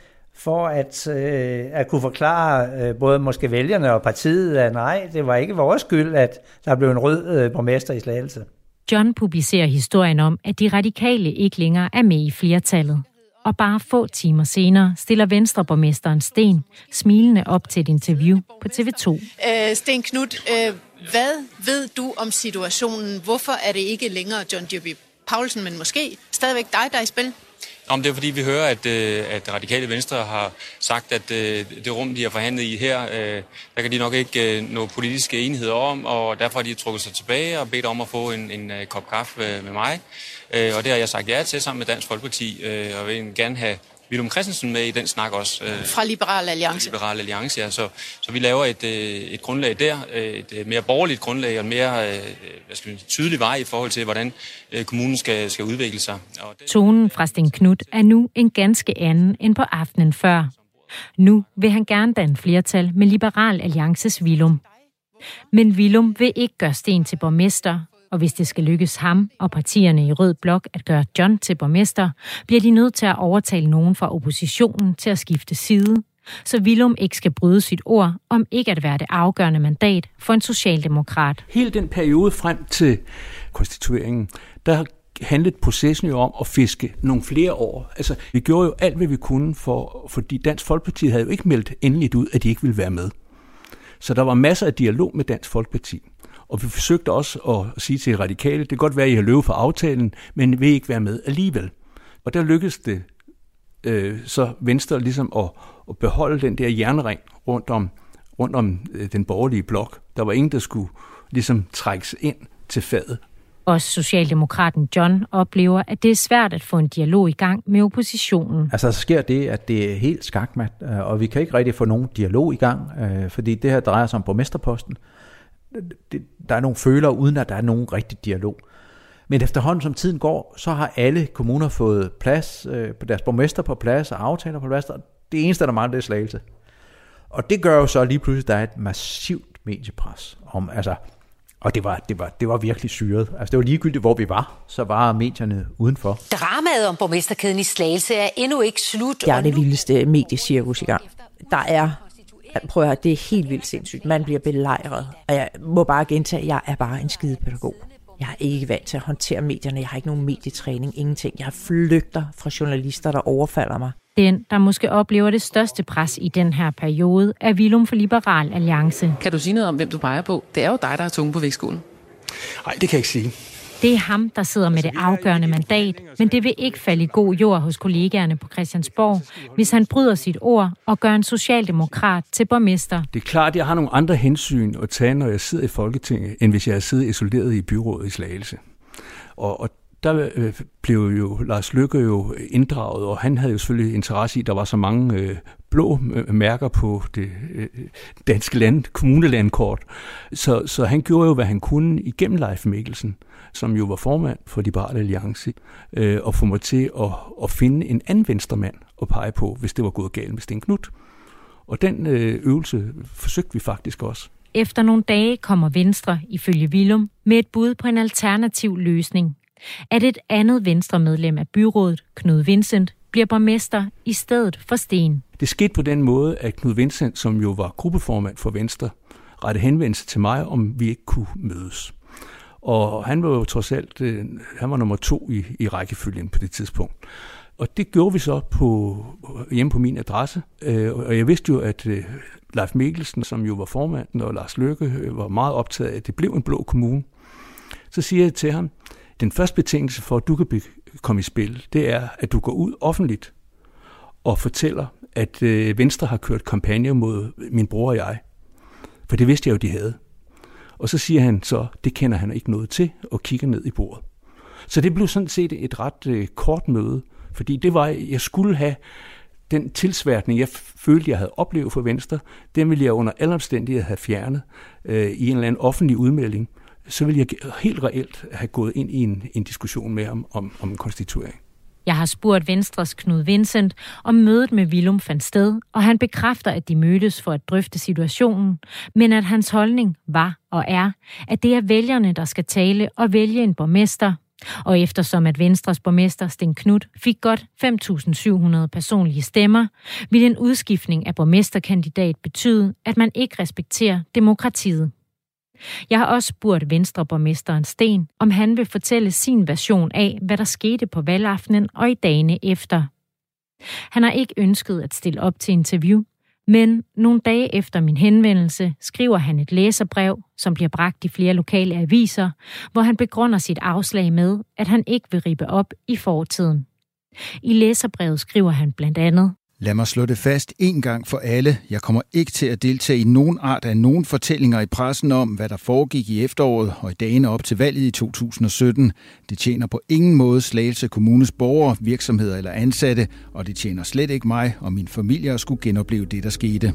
for at, øh, at kunne forklare øh, både måske vælgerne og partiet, at nej, det var ikke vores skyld, at der blev en rød øh, borgmester i Slagelse. John publicerer historien om, at de radikale ikke længere er med i flertallet. Og bare få timer senere stiller Venstreborgmesteren Sten smilende op til et interview på T V to. Øh, Sten Knudt, øh, hvad ved du om situationen? Hvorfor er det ikke længere John Dyrby Paulsen, men måske stadigvæk dig, der er i spil? Om det er fordi, vi hører, at, at Radikale Venstre har sagt, at det rum, de har forhandlet i her, der kan de nok ikke nå politiske enigheder om, og derfor har de trukket sig tilbage og bedt om at få en, en kop kaffe med mig. Og det har jeg sagt ja til sammen med Dansk Folkeparti, og vil gerne have Villum Christensen med i den snak også. Fra Liberal Alliance. Liberal Alliance, ja. Så, så vi laver et, et grundlag der, et mere borgerligt grundlag og en mere hvad skal man, tydelig vej i forhold til, hvordan kommunen skal, skal udvikle sig. Og det... Tonen fra Sten Knudt er nu en ganske anden end på aftenen før. Nu vil han gerne danne flertal med Liberal Alliances Villum. Men Villum vil ikke gøre Sten til borgmester, og hvis det skal lykkes ham og partierne i Rød Blok at gøre John til borgmester, bliver de nødt til at overtale nogen fra oppositionen til at skifte side, så Villum ikke skal bryde sit ord om ikke at være det afgørende mandat for en socialdemokrat. Hele den periode frem til konstitueringen, der handlede processen jo om at fiske nogle flere år. Altså, vi gjorde jo alt, hvad vi kunne, for, fordi Dansk Folkeparti havde jo ikke meldt endeligt ud, at de ikke ville være med. Så der var masser af dialog med Dansk Folkeparti. Og vi forsøgte også at sige til radikale, det kan godt være, at I har løbet for aftalen, men I vil ikke være med alligevel. Og der lykkedes det øh, så Venstre ligesom at, at beholde den der jernring rundt om, rundt om øh, den borgerlige blok. Der var ingen, der skulle ligesom trækkes ind til fadet. Også socialdemokraten John oplever, at det er svært at få en dialog i gang med oppositionen. Altså, så sker det, at det er helt skakmat, og vi kan ikke rigtig få nogen dialog i gang, fordi det her drejer sig om borgmesterposten. Der er nogle følere, uden at der er nogen rigtig dialog. Men efterhånden som tiden går, så har alle kommuner fået plads, på deres borgmester på plads og aftaler på plads. Det eneste, der mangler, det er Slagelse. Og det gør jo så lige pludselig, at der er et massivt mediepres om, altså, og det var, det, var, det var virkelig syret. Altså, det var ligegyldigt, hvor vi var, så var medierne udenfor. Dramaet om borgmesterkæden i Slagelse er endnu ikke slut. Det er det vildeste mediecirkus i gang. Der er, prøv at høre, det er helt vildt sindssygt. Man bliver belejret, og jeg må bare gentage, at jeg er bare en skidepædagog. Jeg er ikke vant til at håndtere medierne. Jeg har ikke nogen medietræning, ingenting. Jeg flygter fra journalister, der overfalder mig. Den, der måske oplever det største pres i den her periode, er Villum for Liberal Alliance. Kan du sige noget om, hvem du peger på? Det er jo dig, der er tunge på vægtskålen. Nej, det kan jeg ikke sige. Det er ham, der sidder med det afgørende mandat, men det vil ikke falde i god jord hos kollegaerne på Christiansborg, hvis han bryder sit ord og gør en socialdemokrat til borgmester. Det er klart, at jeg har nogle andre hensyn at tage, når jeg sidder i Folketinget, end hvis jeg er siddet isoleret i byrådet i Slagelse. Og, og der blev jo Lars Løkke jo inddraget, og han havde jo selvfølgelig interesse i, at der var så mange øh, blå mærker på det øh, danske land, kommunelandkort. Så, så han gjorde jo, hvad han kunne igennem Leif Mikkelsen, som jo var formand for Liberal Alliance, øh, og få mig til at, at finde en anden venstremand at pege på, hvis det var gået galt med Sten Knudt. Og den øh, øvelse forsøgte vi faktisk også. Efter nogle dage kommer Venstre, ifølge Willum, med et bud på en alternativ løsning. At et andet Venstre-medlem af byrådet, Knud Vincent, bliver borgmester i stedet for Sten. Det skete på den måde, at Knud Vincent, som jo var gruppeformand for Venstre, rettede henvendelse til mig, om vi ikke kunne mødes. Og han var jo trods alt, han var nummer to i, i rækkefølgen på det tidspunkt. Og det gjorde vi så på, hjemme på min adresse. Og jeg vidste jo, at Leif Mikkelsen, som jo var formanden, og Lars Løkke var meget optaget af, at det blev en blå kommune. Så siger jeg til ham, den første betingelse for, at du kan komme i spil, det er, at du går ud offentligt og fortæller, at Venstre har kørt kampagne mod min bror og jeg. For det vidste jeg jo, de havde. Og så siger han så, det kender han ikke noget til, og kigger ned i bordet. Så det blev sådan set et ret øh, kort møde, fordi det var, jeg skulle have den tilsværtning, jeg følte, jeg havde oplevet for Venstre, den ville jeg under alle omstændigheder have fjernet øh, i en eller anden offentlig udmelding. Så ville jeg helt reelt have gået ind i en, en diskussion med ham om, om en konstituering. Jeg har spurgt Venstres Knud Vincent, om mødet med Willum fandt sted, og han bekræfter, at de mødtes for at drøfte situationen, men at hans holdning var og er, at det er vælgerne, der skal tale og vælge en borgmester. Og eftersom at Venstres borgmester Sten Knuth fik godt fem tusind syv hundrede personlige stemmer, vil en udskiftning af borgmesterkandidat betyde, at man ikke respekterer demokratiet. Jeg har også spurgt Venstreborgmesteren Sten, om han vil fortælle sin version af, hvad der skete på valgaftenen og i dagene efter. Han har ikke ønsket at stille op til interview, men nogle dage efter min henvendelse skriver han et læserbrev, som bliver bragt i flere lokale aviser, hvor han begrunder sit afslag med, at han ikke vil rippe op i fortiden. I læserbrevet skriver han blandt andet: Lad mig slå det fast en gang for alle. Jeg kommer ikke til at deltage i nogen art af nogen fortællinger i pressen om, hvad der foregik i efteråret og i dagene op til valget i to tusind og sytten. Det tjener på ingen måde Slagelse Kommunes borgere, virksomheder eller ansatte, og det tjener slet ikke mig og min familie at skulle genopleve det, der skete.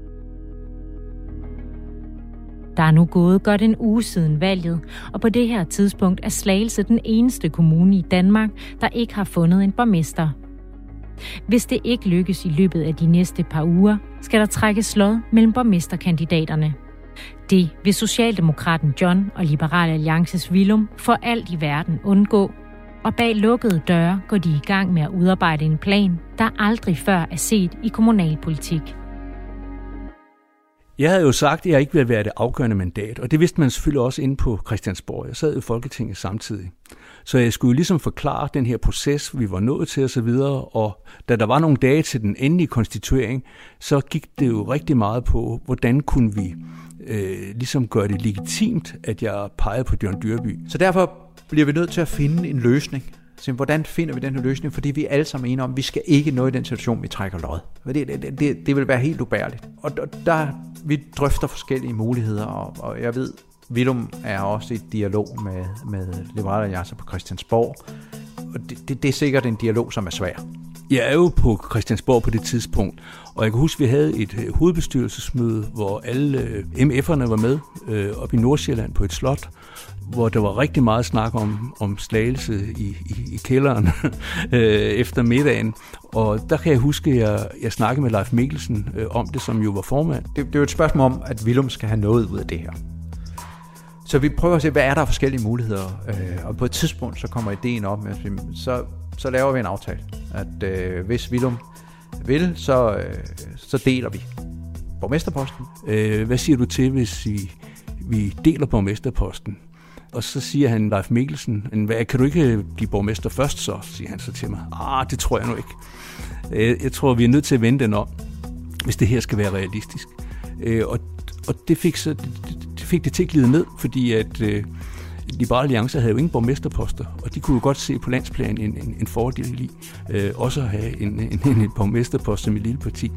Der er nu gået godt en uge siden valget, og på det her tidspunkt er Slagelse den eneste kommune i Danmark, der ikke har fundet en borgmester. Hvis det ikke lykkes i løbet af de næste par uger, skal der trækkes lod mellem borgmesterkandidaterne. Det vil Socialdemokraten John og Liberal Alliances Willum for alt i verden undgå, og bag lukkede døre går de i gang med at udarbejde en plan, der aldrig før er set i kommunalpolitik. Jeg havde jo sagt, at jeg ikke ville være det afgørende mandat, og det vidste man selvfølgelig også inde på Christiansborg. Jeg sad i Folketinget samtidig. Så jeg skulle ligesom forklare den her proces, vi var nået til osv., og da der var nogle dage til den endelige konstituering, så gik det jo rigtig meget på, hvordan kunne vi øh, ligesom gøre det legitimt, at jeg pegede på John Dyrby. Så derfor bliver vi nødt til at finde en løsning. Så hvordan finder vi den her løsning? Fordi vi er alle sammen enige om, at vi skal ikke nå i den situation, vi trækker lod. Det, det, det, det vil være helt ubærligt. Og der, vi drøfter forskellige muligheder, og, og jeg ved, Willum er også i dialog med, med Liberal Alliance på Christiansborg. Og det, det, det er sikkert en dialog, som er svær. Jeg er jo på Christiansborg på det tidspunkt, og jeg kan huske, at vi havde et hovedbestyrelsesmøde, hvor alle M F'erne var med øh, op i Nordsjælland på et slot, hvor der var rigtig meget snak om, om Slagelse i, i, i kælderen øh, efter middagen. Og der kan jeg huske, at jeg, jeg snakkede med Leif Mikkelsen øh, om det, som jo var formand. Det, det er jo et spørgsmål om, at Willum skal have noget ud af det her. Så vi prøver at se, hvad er der forskellige muligheder. Øh, og på et tidspunkt, så kommer ideen op med, så, så laver vi en aftale. At øh, hvis Willum vil, så, øh, så deler vi borgmesterposten. Øh, hvad siger du til, hvis vi, vi deler borgmesterposten? Og så siger han, Leif Mikkelsen, hvad, kan du ikke blive borgmester først så, siger han så til mig. Ah, det tror jeg nu ikke. Jeg tror, vi er nødt til at vende den om, hvis det her skal være realistisk. Og, og det, fik så, det fik det til at glide ned, fordi at øh, Liberal Alliance havde jo ingen borgmesterposter, og de kunne jo godt se på landsplan en, en, en fordel i øh, også at have en, en, en borgmesterpost som et lille parti.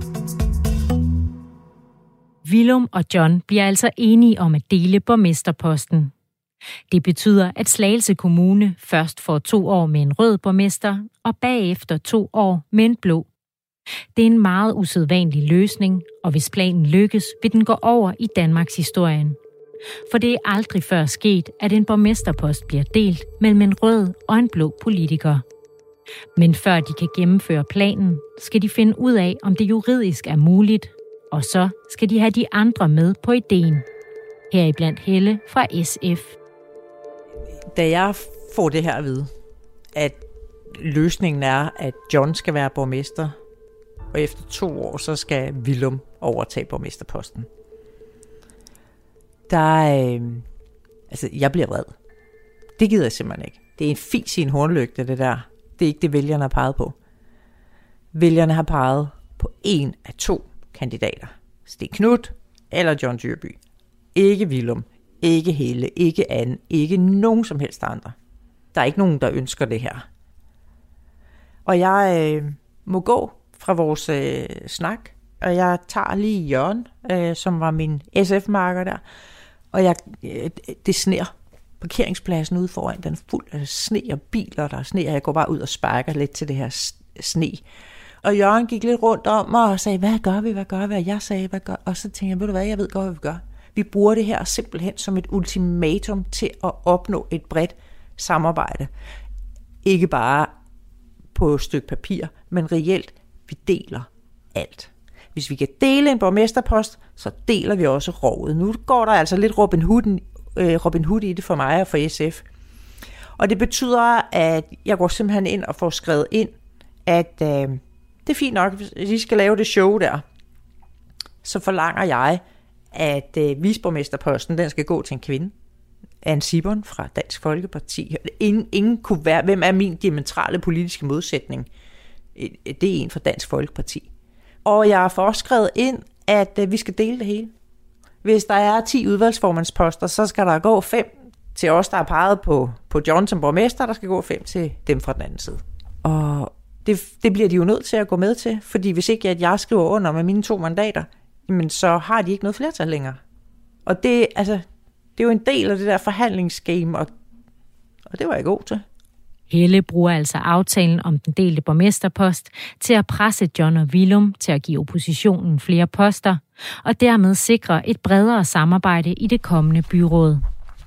Willum og John bliver altså enige om at dele borgmesterposten. Det betyder, at Slagelse Kommune først får to år med en rød borgmester, og bagefter to år med en blå. Det er en meget usædvanlig løsning, og hvis planen lykkes, vil den gå over i Danmarks historien. For det er aldrig før sket, at en borgmesterpost bliver delt mellem en rød og en blå politiker. Men før de kan gennemføre planen, skal de finde ud af, om det juridisk er muligt, og så skal de have de andre med på ideen. Heriblandt Helle fra S F. Da jeg får det her at vide, at løsningen er, at John skal være borgmester, og efter to år, så skal Willum overtage borgmesterposten. Der er, øh, altså, jeg bliver vred. Det gider jeg simpelthen ikke. Det er en fis i en hornlygte, det der. Det er ikke det, vælgerne har peget på. Vælgerne har peget på en af to kandidater. Sten Knuth eller John Dyrby. Ikke Willum, ikke Helle, ikke Anne, ikke nogen som helst andre. Der er ikke nogen, der ønsker det her. Og jeg øh, må gå fra vores øh, snak, og jeg tager lige Jørgen, øh, som var min S F-marker der, og jeg, øh, det sner. Parkeringspladsen ude foran, den er fuld af sne og biler, der er sne, og jeg går bare ud og sparker lidt til det her sne. Og Jørgen gik lidt rundt om mig og sagde, hvad gør vi, hvad gør vi? Og jeg sagde, hvad gør? Og så tænkte jeg, ved du hvad, jeg ved godt, hvad vi gør. Vi bruger det her simpelthen som et ultimatum til at opnå et bredt samarbejde. Ikke bare på et stykke papir, men reelt, vi deler alt. Hvis vi kan dele en borgmesterpost, så deler vi også rovet. Nu går der altså lidt Robin Hood, øh, Robin Hood i det for mig og for S F. Og det betyder, at jeg går simpelthen ind og får skrevet ind, at øh, det er fint nok, hvis I skal lave det show der, så forlanger jeg, at øh, viceborgmesterposten, den skal gå til en kvinde. Anne Sibon fra Dansk Folkeparti. Ingen, ingen kunne være, hvem er min diametrale politiske modsætning? Det er en fra Dansk Folkeparti. Og jeg har forskrevet ind, at øh, vi skal dele det hele. Hvis der er ti udvalgsformandsposter, så skal der gå fem til os, der er peget på, på John som borgmester, der skal gå fem til dem fra den anden side. Og det, det bliver de jo nødt til at gå med til, fordi hvis ikke at jeg skriver under med mine to mandater, men så har de ikke noget flertal længere. Og det, altså, det er jo en del af det der forhandlingsgame, og, og det var jeg god til. Helle bruger altså aftalen om den delte borgmesterpost til at presse John og Willum til at give oppositionen flere poster, og dermed sikre et bredere samarbejde i det kommende byråd.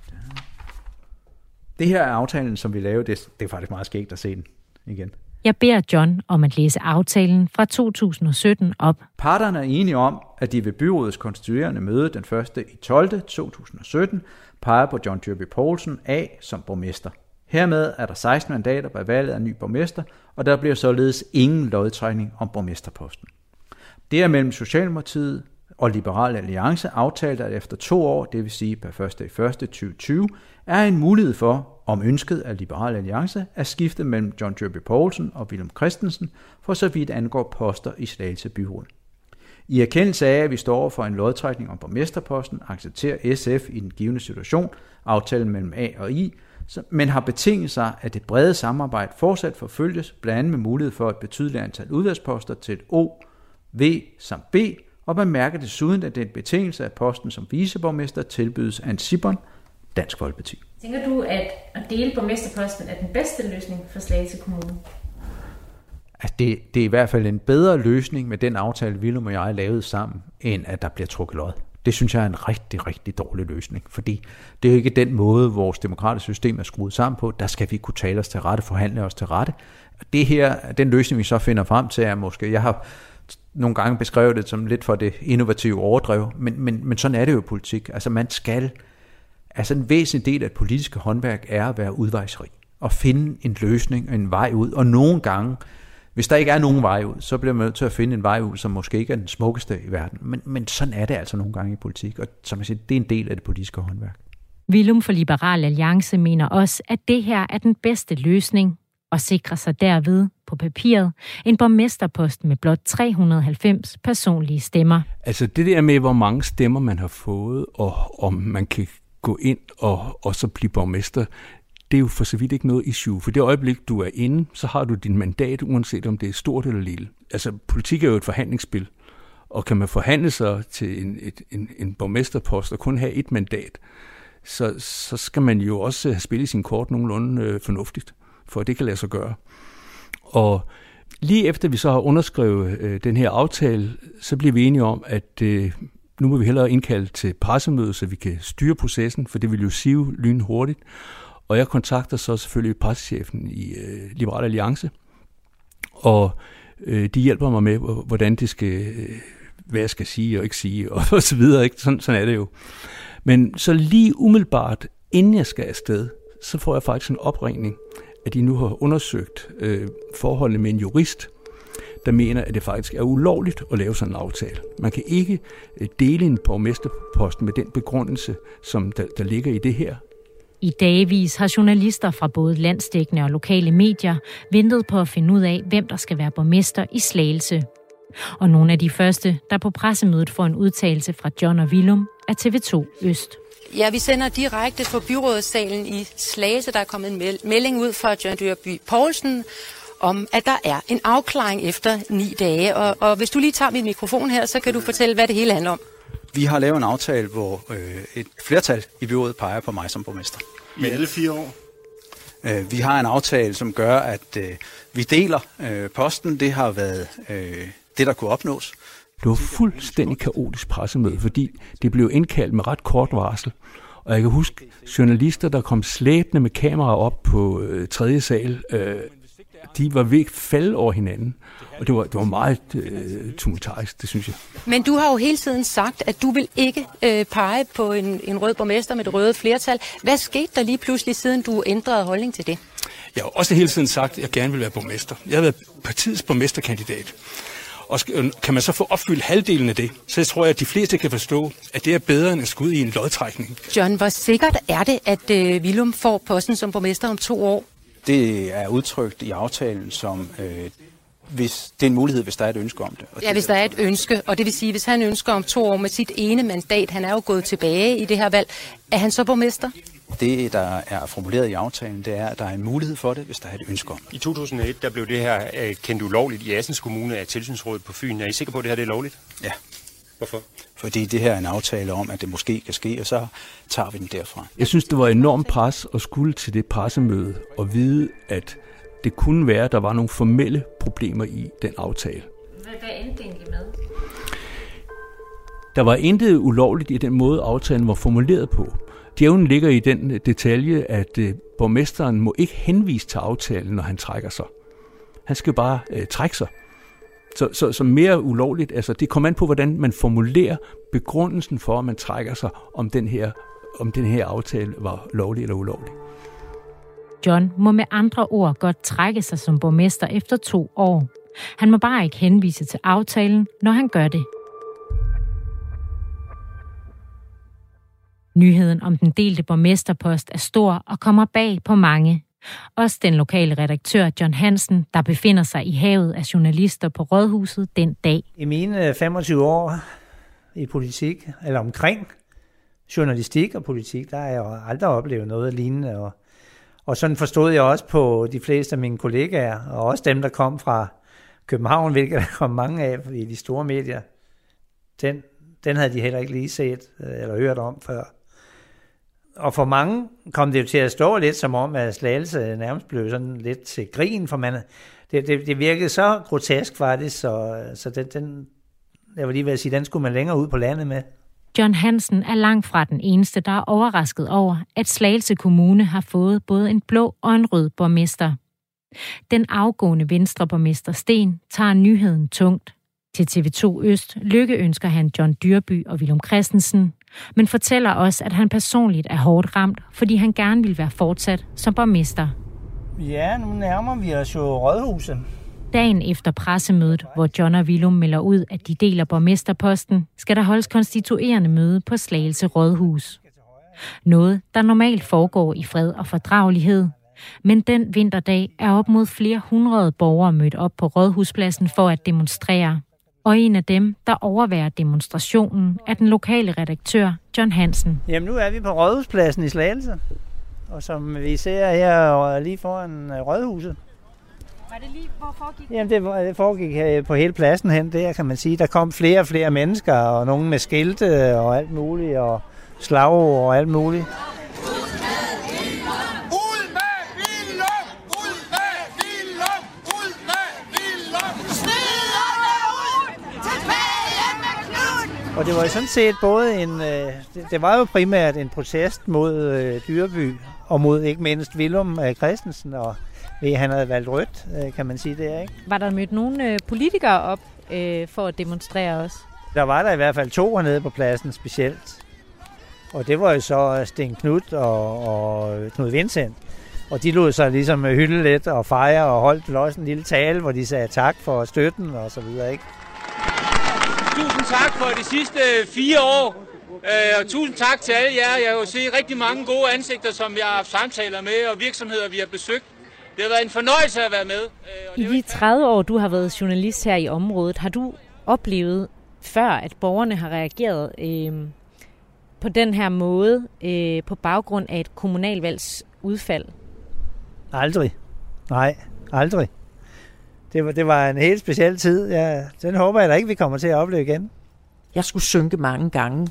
Det her er aftalen, som vi lavede. Det, det er faktisk meget skægt at se den igen. Jeg beder John om at læse aftalen fra to tusind og sytten op. Parterne er enige om, at de ved byrådets konstituerende møde den første i tolvte to tusind og sytten peger på John Dyrby Paulsen A som borgmester. Hermed er der seksten mandater ved valget af ny borgmester, og der bliver således ingen lodtrækning om borgmesterposten. Det er mellem Socialdemokratiet og Liberal Alliance aftalt, at efter to år, det vil sige per første i første tyve tyve, er en mulighed for, om ønsket af Liberal Alliance, at skifte mellem John Dyrby Paulsen og Villum Christensen, for så vidt angår poster i Slagelse byråd. I erkendelse af, at vi står over for en lodtrækning om borgmesterposten, accepterer S F i den givne situation aftalen mellem A og I, men har betinget sig, at det brede samarbejde fortsat forfølges, blandt andet med mulighed for et betydeligt antal udvalgsposter til et O, V samt B, og bemærker desuden, at det er en betingelse af posten som viceborgmester tilbydes Anne Sibon, Dansk Folkeparti. Tænker du, at at dele borgmesterposten er den bedste løsning for Slagelse Kommune? Altså det, det er i hvert fald en bedre løsning med den aftale, Willum og jeg lavede sammen, end at der bliver trukket lod. Det synes jeg er en rigtig, rigtig dårlig løsning, fordi det er jo ikke den måde, vores demokratiske system er skruet sammen på. Der skal vi kunne tale os til rette, forhandle os til rette. Det her, den løsning, vi så finder frem til, er måske, jeg har nogle gange beskrevet det som lidt for det innovative overdrev, men, men, men sådan er det jo i politik. Altså man skal, altså en væsentlig del af et politiske håndværk er at være udvejsrig og finde en løsning, en vej ud, og nogle gange, hvis der ikke er nogen vej ud, så bliver man nødt til at finde en vej ud, som måske ikke er den smukkeste i verden. Men, men sådan er det altså nogle gange i politik, og som jeg siger, det er en del af det politiske håndværk. Willum for Liberal Alliance mener også, at det her er den bedste løsning, og sikrer sig derved på papiret en borgmesterpost med blot tre hundrede og halvfems personlige stemmer. Altså det der med, hvor mange stemmer man har fået, og om man kan gå ind og, og så blive borgmester, det er jo for så vidt ikke noget issue. For det øjeblik, du er inde, så har du din mandat, uanset om det er stort eller lille. Altså, politik er jo et forhandlingsspil. Og kan man forhandle sig til en, et, en, en borgmesterpost og kun have et mandat, så, så skal man jo også have spillet sin kort nogenlunde øh, fornuftigt, for det kan lade sig gøre. Og lige efter vi så har underskrevet øh, den her aftale, så bliver vi enige om, at øh, nu må vi hellere indkalde til pressemøde, så vi kan styre processen, for det vil jo sive lynhurtigt. Og jeg kontakter så selvfølgelig pressechefen i øh, Liberal Alliance og øh, de hjælper mig med, hvordan det skal, hvad jeg skal sige og ikke sige, og, og så videre. Ikke? Sådan, sådan er det jo. Men så lige umiddelbart, inden jeg skal afsted, så får jeg faktisk en opringning, at de nu har undersøgt øh, forholdene med en jurist, der mener, at det faktisk er ulovligt at lave sådan en aftale. Man kan ikke øh, dele en borgmesterpost med den begrundelse, som der, der ligger i det her. I dagevis har journalister fra både landsdækkende og lokale medier ventet på at finde ud af, hvem der skal være borgmester i Slagelse. Og nogle af de første, der på pressemødet får en udtalelse fra John og Willum, er T V to Øst. Ja, vi sender direkte fra byrådssalen i Slagelse. Der er kommet en melding ud fra John Dyrby Paulsen om, at der er en afklaring efter ni dage. Og, og hvis du lige tager min mikrofon her, så kan du fortælle, hvad det hele handler om. Vi har lavet en aftale, hvor øh, et flertal i byrådet peger på mig som borgmester. I alle fire år? Øh, vi har en aftale, som gør, at øh, vi deler øh, posten. Det har været øh, det, der kunne opnås. Det var fuldstændig kaotisk pressemøde, fordi det blev indkaldt med ret kort varsel. Og jeg kan huske journalister, der kom slæbende med kameraer op på øh, tredje sal. Øh, de var ved at falde over hinanden. Og det var, det var meget øh, tumultarisk, det synes jeg. Men du har jo hele tiden sagt, at du vil ikke øh, pege på en, en rød borgmester med det røde flertal. Hvad skete der lige pludselig, siden du ændrede holdning til det? Jeg har også hele tiden sagt, at jeg gerne vil være borgmester. Jeg har været partiets borgmesterkandidat. Og kan man så få opfyldt halvdelen af det, så tror jeg, at de fleste kan forstå, at det er bedre end at skulle ud i en lodtrækning. John, hvor sikkert er det, at øh, Willum får posten som borgmester om to år? Det er udtrykt i aftalen som, øh, hvis det er en mulighed, hvis der er et ønske om det. Og ja, hvis der er et ønske, og det vil sige, hvis han ønsker om to år med sit ene mandat, han er jo gået tilbage i det her valg, er han så borgmester? Det, der er formuleret i aftalen, det er, at der er en mulighed for det, hvis der er et ønske om. I to tusind og et, der blev det her uh, kendt ulovligt i Assens Kommune af Tilsynsrådet på Fyn. Er I sikre på, at det her det er lovligt? Ja. Hvorfor? Fordi det her er en aftale om, at det måske kan ske, og så tager vi den derfra. Jeg synes, det var enormt pres at skulle til det pressemøde og vide, at det kunne være, at der var nogle formelle problemer i den aftale. Hvad endte egentlig med? Der var intet ulovligt i den måde, aftalen var formuleret på. Djævlen ligger i den detalje, at øh, borgmesteren må ikke henvise til aftalen, når han trækker sig. Han skal bare øh, trække sig. Så, så, så mere ulovligt, altså det kommer an på, hvordan man formulerer begrundelsen for, at man trækker sig, om den her, om den her aftale var lovlig eller ulovlig. John må med andre ord godt trække sig som borgmester efter to år. Han må bare ikke henvise til aftalen, når han gør det. Nyheden om den delte borgmesterpost er stor og kommer bag på mange. Også den lokale redaktør John Hansen, der befinder sig i havet af journalister på Rådhuset den dag. I mine femogtyve år i politik, eller omkring journalistik og politik, der har jeg jo aldrig oplevet noget lignende. Og, og sådan forstod jeg også på de fleste af mine kollegaer, og også dem, der kom fra København, hvilket der kom mange af i de store medier. Den, den havde de heller ikke lige set eller hørt om før. Og for mange kom det jo til at stå lidt som om, at Slagelse nærmest blev sådan lidt til grin, for man, det, det, det virkede så grotesk faktisk, så, så den, den, jeg vil lige vil sige, den skulle man længere ud på landet med. John Hansen er langt fra den eneste, der er overrasket over, at Slagelse Kommune har fået både en blå og en rød borgmester. Den afgående venstreborgmester Sten tager nyheden tungt. Til T V to Øst lykkeønsker han John Dyrby og Willum Christensen, men fortæller også, at han personligt er hårdt ramt, fordi han gerne vil være fortsat som borgmester. Ja, nu nærmer vi os jo Rådhuset. Dagen efter pressemødet, hvor John og Willum melder ud, at de deler borgmesterposten, skal der holdes konstituerende møde på Slagelse Rådhus. Noget, der normalt foregår i fred og fordragelighed. Men den vinterdag er op mod flere hundrede borgere mødt op på Rådhuspladsen for at demonstrere. Og en af dem, der overværer demonstrationen, er den lokale redaktør John Hansen. Jamen nu er vi på Rådhuspladsen i Slagelse, og som vi ser her lige foran Rådhuset. Var det lige, hvor foregik det? Jamen det, det foregik her på hele pladsen hen, der kan man sige. Der kom flere og flere mennesker, og nogen med skilte og alt muligt, og slagord og alt muligt. Og det var jo sådan set både en, øh, det, det var jo primært en protest mod øh, Dyrby, og mod ikke mindst Willum øh, Christensen, og ved han havde valgt rødt, kan man sige det, ikke? Var der mødt nogle politikere op øh, for at demonstrere også? Der var der i hvert fald to hernede på pladsen specielt. Og det var jo så Sten Knudt og, og Knud Vincent. Og de lod sig ligesom hylde lidt og fejre og holdt også en lille tale, hvor de sagde tak for støtten og så videre, ikke? Tusind tak for de sidste fire år. Øh, og tusind tak til alle jer. Jeg har jo set rigtig mange gode ansigter, som jeg har haft samtaler med, og virksomheder, vi har besøgt. Det har været en fornøjelse at være med. I de tredive år, du har været journalist her i området, har du oplevet før, at borgerne har reageret øh, på den her måde øh, på baggrund af et kommunalvalgs udfald? Aldrig. Nej, aldrig. Det var, det var en helt speciel tid. Ja, den håber jeg da ikke, vi kommer til at opleve igen. Jeg skulle synke mange gange,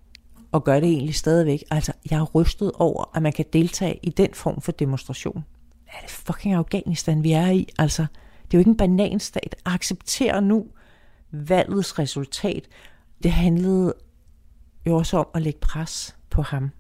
og gør det egentlig stadigvæk. Altså, jeg er rystet over, at man kan deltage i den form for demonstration. Er det fucking Afghanistan, vi er i? Altså, det er jo ikke en bananstat. Accepter nu valgets resultat. Det handlede jo også om at lægge pres på ham,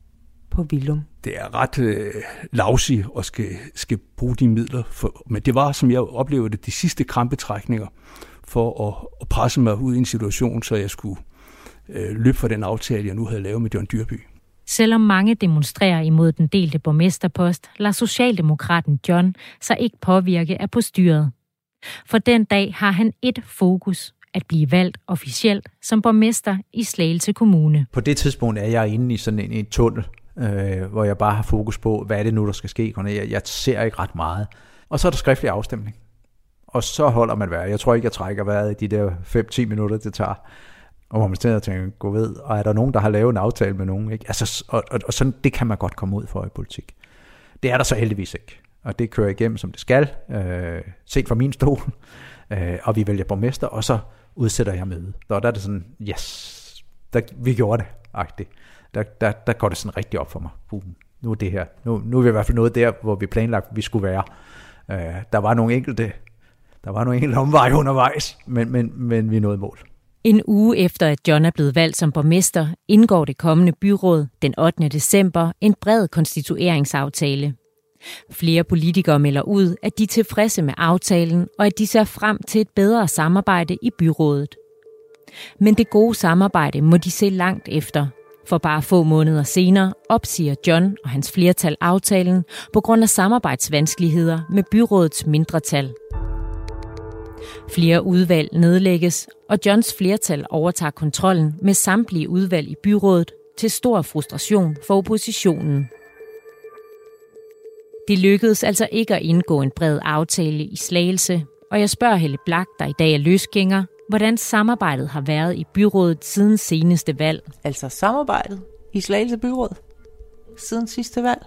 på Willum. Det er ret øh, lavsigt at skal, skal bruge de midler. For, men det var, som jeg oplevede det, de sidste krampetrækninger for at, at presse mig ud i en situation, så jeg skulle øh, løbe for den aftale, jeg nu havde lavet med John Dyrby. Selvom mange demonstrerer imod den delte borgmesterpost, lader socialdemokraten John sig ikke påvirke af postyret. For den dag har han et fokus: at blive valgt officielt som borgmester i Slagelse Kommune. På det tidspunkt er jeg inde i sådan en, en tunnel, øh, hvor jeg bare har fokus på, hvad er det nu, der skal ske. Jeg, jeg ser ikke ret meget. Og så er der skriftlig afstemning. Og så holder man vejret. Jeg tror ikke, jeg trækker vejret i de der fem til ti minutter, det tager. Og hvor man stedet og tænker, gå ved, og er der nogen, der har lavet en aftale med nogen? Ikke? Altså, og, og, og sådan, det kan man godt komme ud for i politik. Det er der så heldigvis ikke. Og det kører igennem, som det skal, øh, set fra min stol. Øh, og vi vælger borgmester, og så udsætter jeg møde. Og der er det sådan, yes, der, vi gjorde det, agtigt. Der, der, der går det sådan rigtig op for mig. Uh, nu er det her. Nu, nu er vi i hvert fald nået der, hvor vi planlagt, vi skulle være. Øh, der var nogle enkelte, der var nogle enkelte omveje undervejs, men, men, men vi nåede mål. En uge efter, at John er blevet valgt som borgmester, indgår det kommende byråd den ottende december en bred konstitueringsaftale. Flere politikere melder ud, at de er tilfredse med aftalen, og at de ser frem til et bedre samarbejde i byrådet. Men det gode samarbejde må de se langt efter. For bare få måneder senere opsiger John og hans flertal aftalen på grund af samarbejdsvanskeligheder med byrådets mindretal. Flere udvalg nedlægges, og Johns flertal overtager kontrollen med samtlige udvalg i byrådet til stor frustration for oppositionen. Det lykkedes altså ikke at indgå en bred aftale i Slagelse, og jeg spørger Helle Blak, der i dag er løsgænger, hvordan samarbejdet har været i byrådet siden seneste valg. Altså samarbejdet i Slagelse byråd siden sidste valg.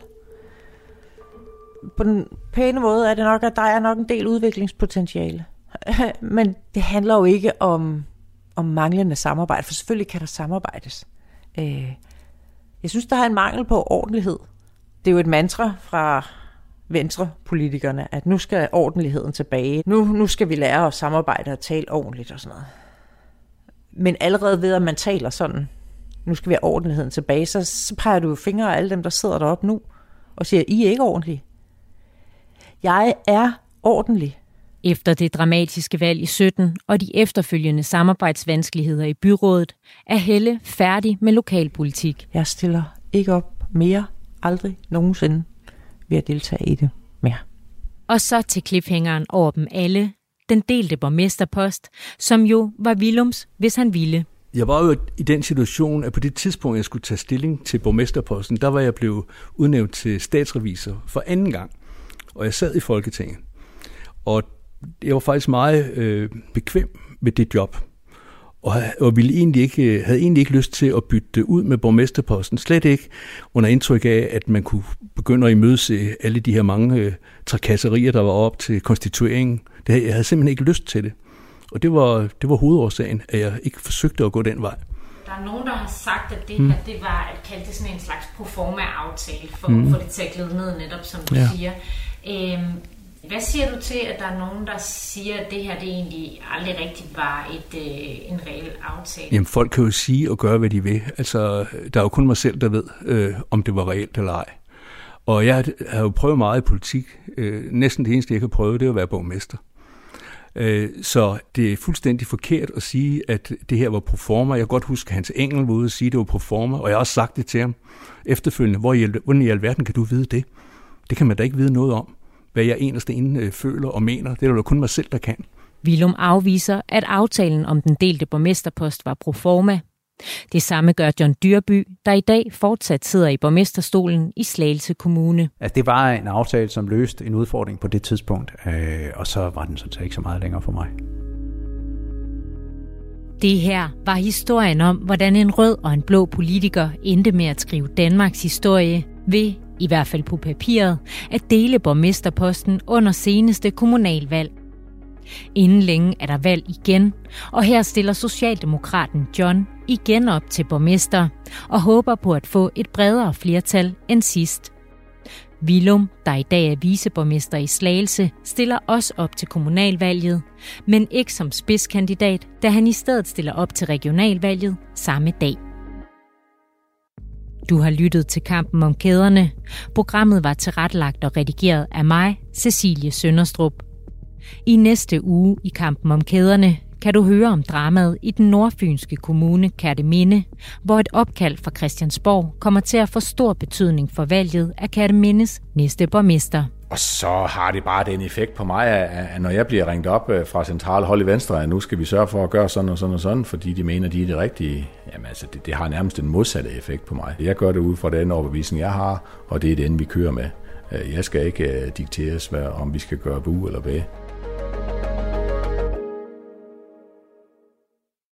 På den pæne måde er det nok, at der er nok en del udviklingspotentiale. Men det handler jo ikke om, om manglende samarbejde, for selvfølgelig kan der samarbejdes. Jeg synes, der er en mangel på ordentlighed. Det er jo et mantra fra venstrepolitikerne, at nu skal ordentligheden tilbage. Nu, nu skal vi lære at samarbejde og tale ordentligt og sådan noget. Men allerede ved, at man taler sådan, nu skal vi have ordentligheden tilbage, så, så peger du jo fingre af alle dem, der sidder deroppe nu, og siger, I er ikke ordentlige. Jeg er ordentlig. Efter det dramatiske valg i sytten og de efterfølgende samarbejdsvanskeligheder i byrådet, er Helle færdig med lokalpolitik. Jeg stiller ikke op mere, aldrig nogensinde ved at deltage i det mere. Og så til cliffhangeren over dem alle, den delte borgmesterpost, som jo var Willums, hvis han ville. Jeg var jo i den situation, at på det tidspunkt, jeg skulle tage stilling til borgmesterposten, der var jeg blevet udnævnt til statsrevisor for anden gang, og jeg sad i Folketinget. Og jeg var faktisk meget øh, bekvem med det job, og, og ville egentlig ikke, havde egentlig ikke lyst til at bytte ud med borgmesterposten. Slet ikke under indtryk af, at man kunne begynde at imødese alle de her mange øh, trakasserier, der var op til konstitueringen. Det, jeg havde simpelthen ikke lyst til det. Og det var, det var hovedårsagen, at jeg ikke forsøgte at gå den vej. Der er nogen, der har sagt, at det mm. her, det var at kalde det sådan en slags proforma-aftale, for mm. at få det til at glide ned, netop som du ja. siger. Øhm, Hvad siger du til, at der er nogen, der siger, at det her det egentlig aldrig rigtig var et, øh, en reel aftale? Jamen, folk kan jo sige og gøre, hvad de vil. Altså, der er jo kun mig selv, der ved, øh, om det var reelt eller ej. Og jeg har jo prøvet meget i politik. Næsten det eneste, jeg kan prøve, det er at være borgmester. Så det er fuldstændig forkert at sige, at det her var proforma. Jeg kan godt huske, at Hans Engel var ude og sige, at det var proforma, og jeg har også sagt det til ham efterfølgende. Hvor i, hvordan i alverden kan du vide det? Det kan man da ikke vide noget om, hvad jeg eneste inde føler og mener. Det er jo kun mig selv, der kan. Willum afviser, at aftalen om den delte borgmesterpost var proforma. Det samme gør John Dyrby, der i dag fortsat sidder i borgmesterstolen i Slagelse Kommune. Altså, det var en aftale, som løste en udfordring på det tidspunkt, øh, og så var den sådan set ikke så meget længere for mig. Det her var historien om, hvordan en rød og en blå politiker endte med at skrive Danmarks historie ved, i hvert fald på papiret, at dele borgmesterposten under seneste kommunalvalg. Inden længe er der valg igen, og her stiller Socialdemokraten John igen op til borgmester og håber på at få et bredere flertal end sidst. Willum, der i dag er viceborgmester i Slagelse, stiller også op til kommunalvalget, men ikke som spidskandidat, da han i stedet stiller op til regionalvalget samme dag. Du har lyttet til Kampen om kæderne. Programmet var tilrettelagt og redigeret af mig, Cecilie Sønderstrup. I næste uge i Kampen om kæderne kan du høre om dramaet i den nordfynske kommune Kerteminde, hvor et opkald fra Christiansborg kommer til at få stor betydning for valget af Kertemindes næste borgmester. Og så har det bare den effekt på mig, at når jeg bliver ringt op fra centrale hold i Venstre, at nu skal vi sørge for at gøre sådan og sådan og sådan, fordi de mener, de er det rigtige. Jamen altså, det, det har nærmest den modsatte effekt på mig. Jeg gør det ud fra den overbevisning, jeg har, og det er den, vi kører med. Jeg skal ikke dikteres, om vi skal gøre bu eller hvad.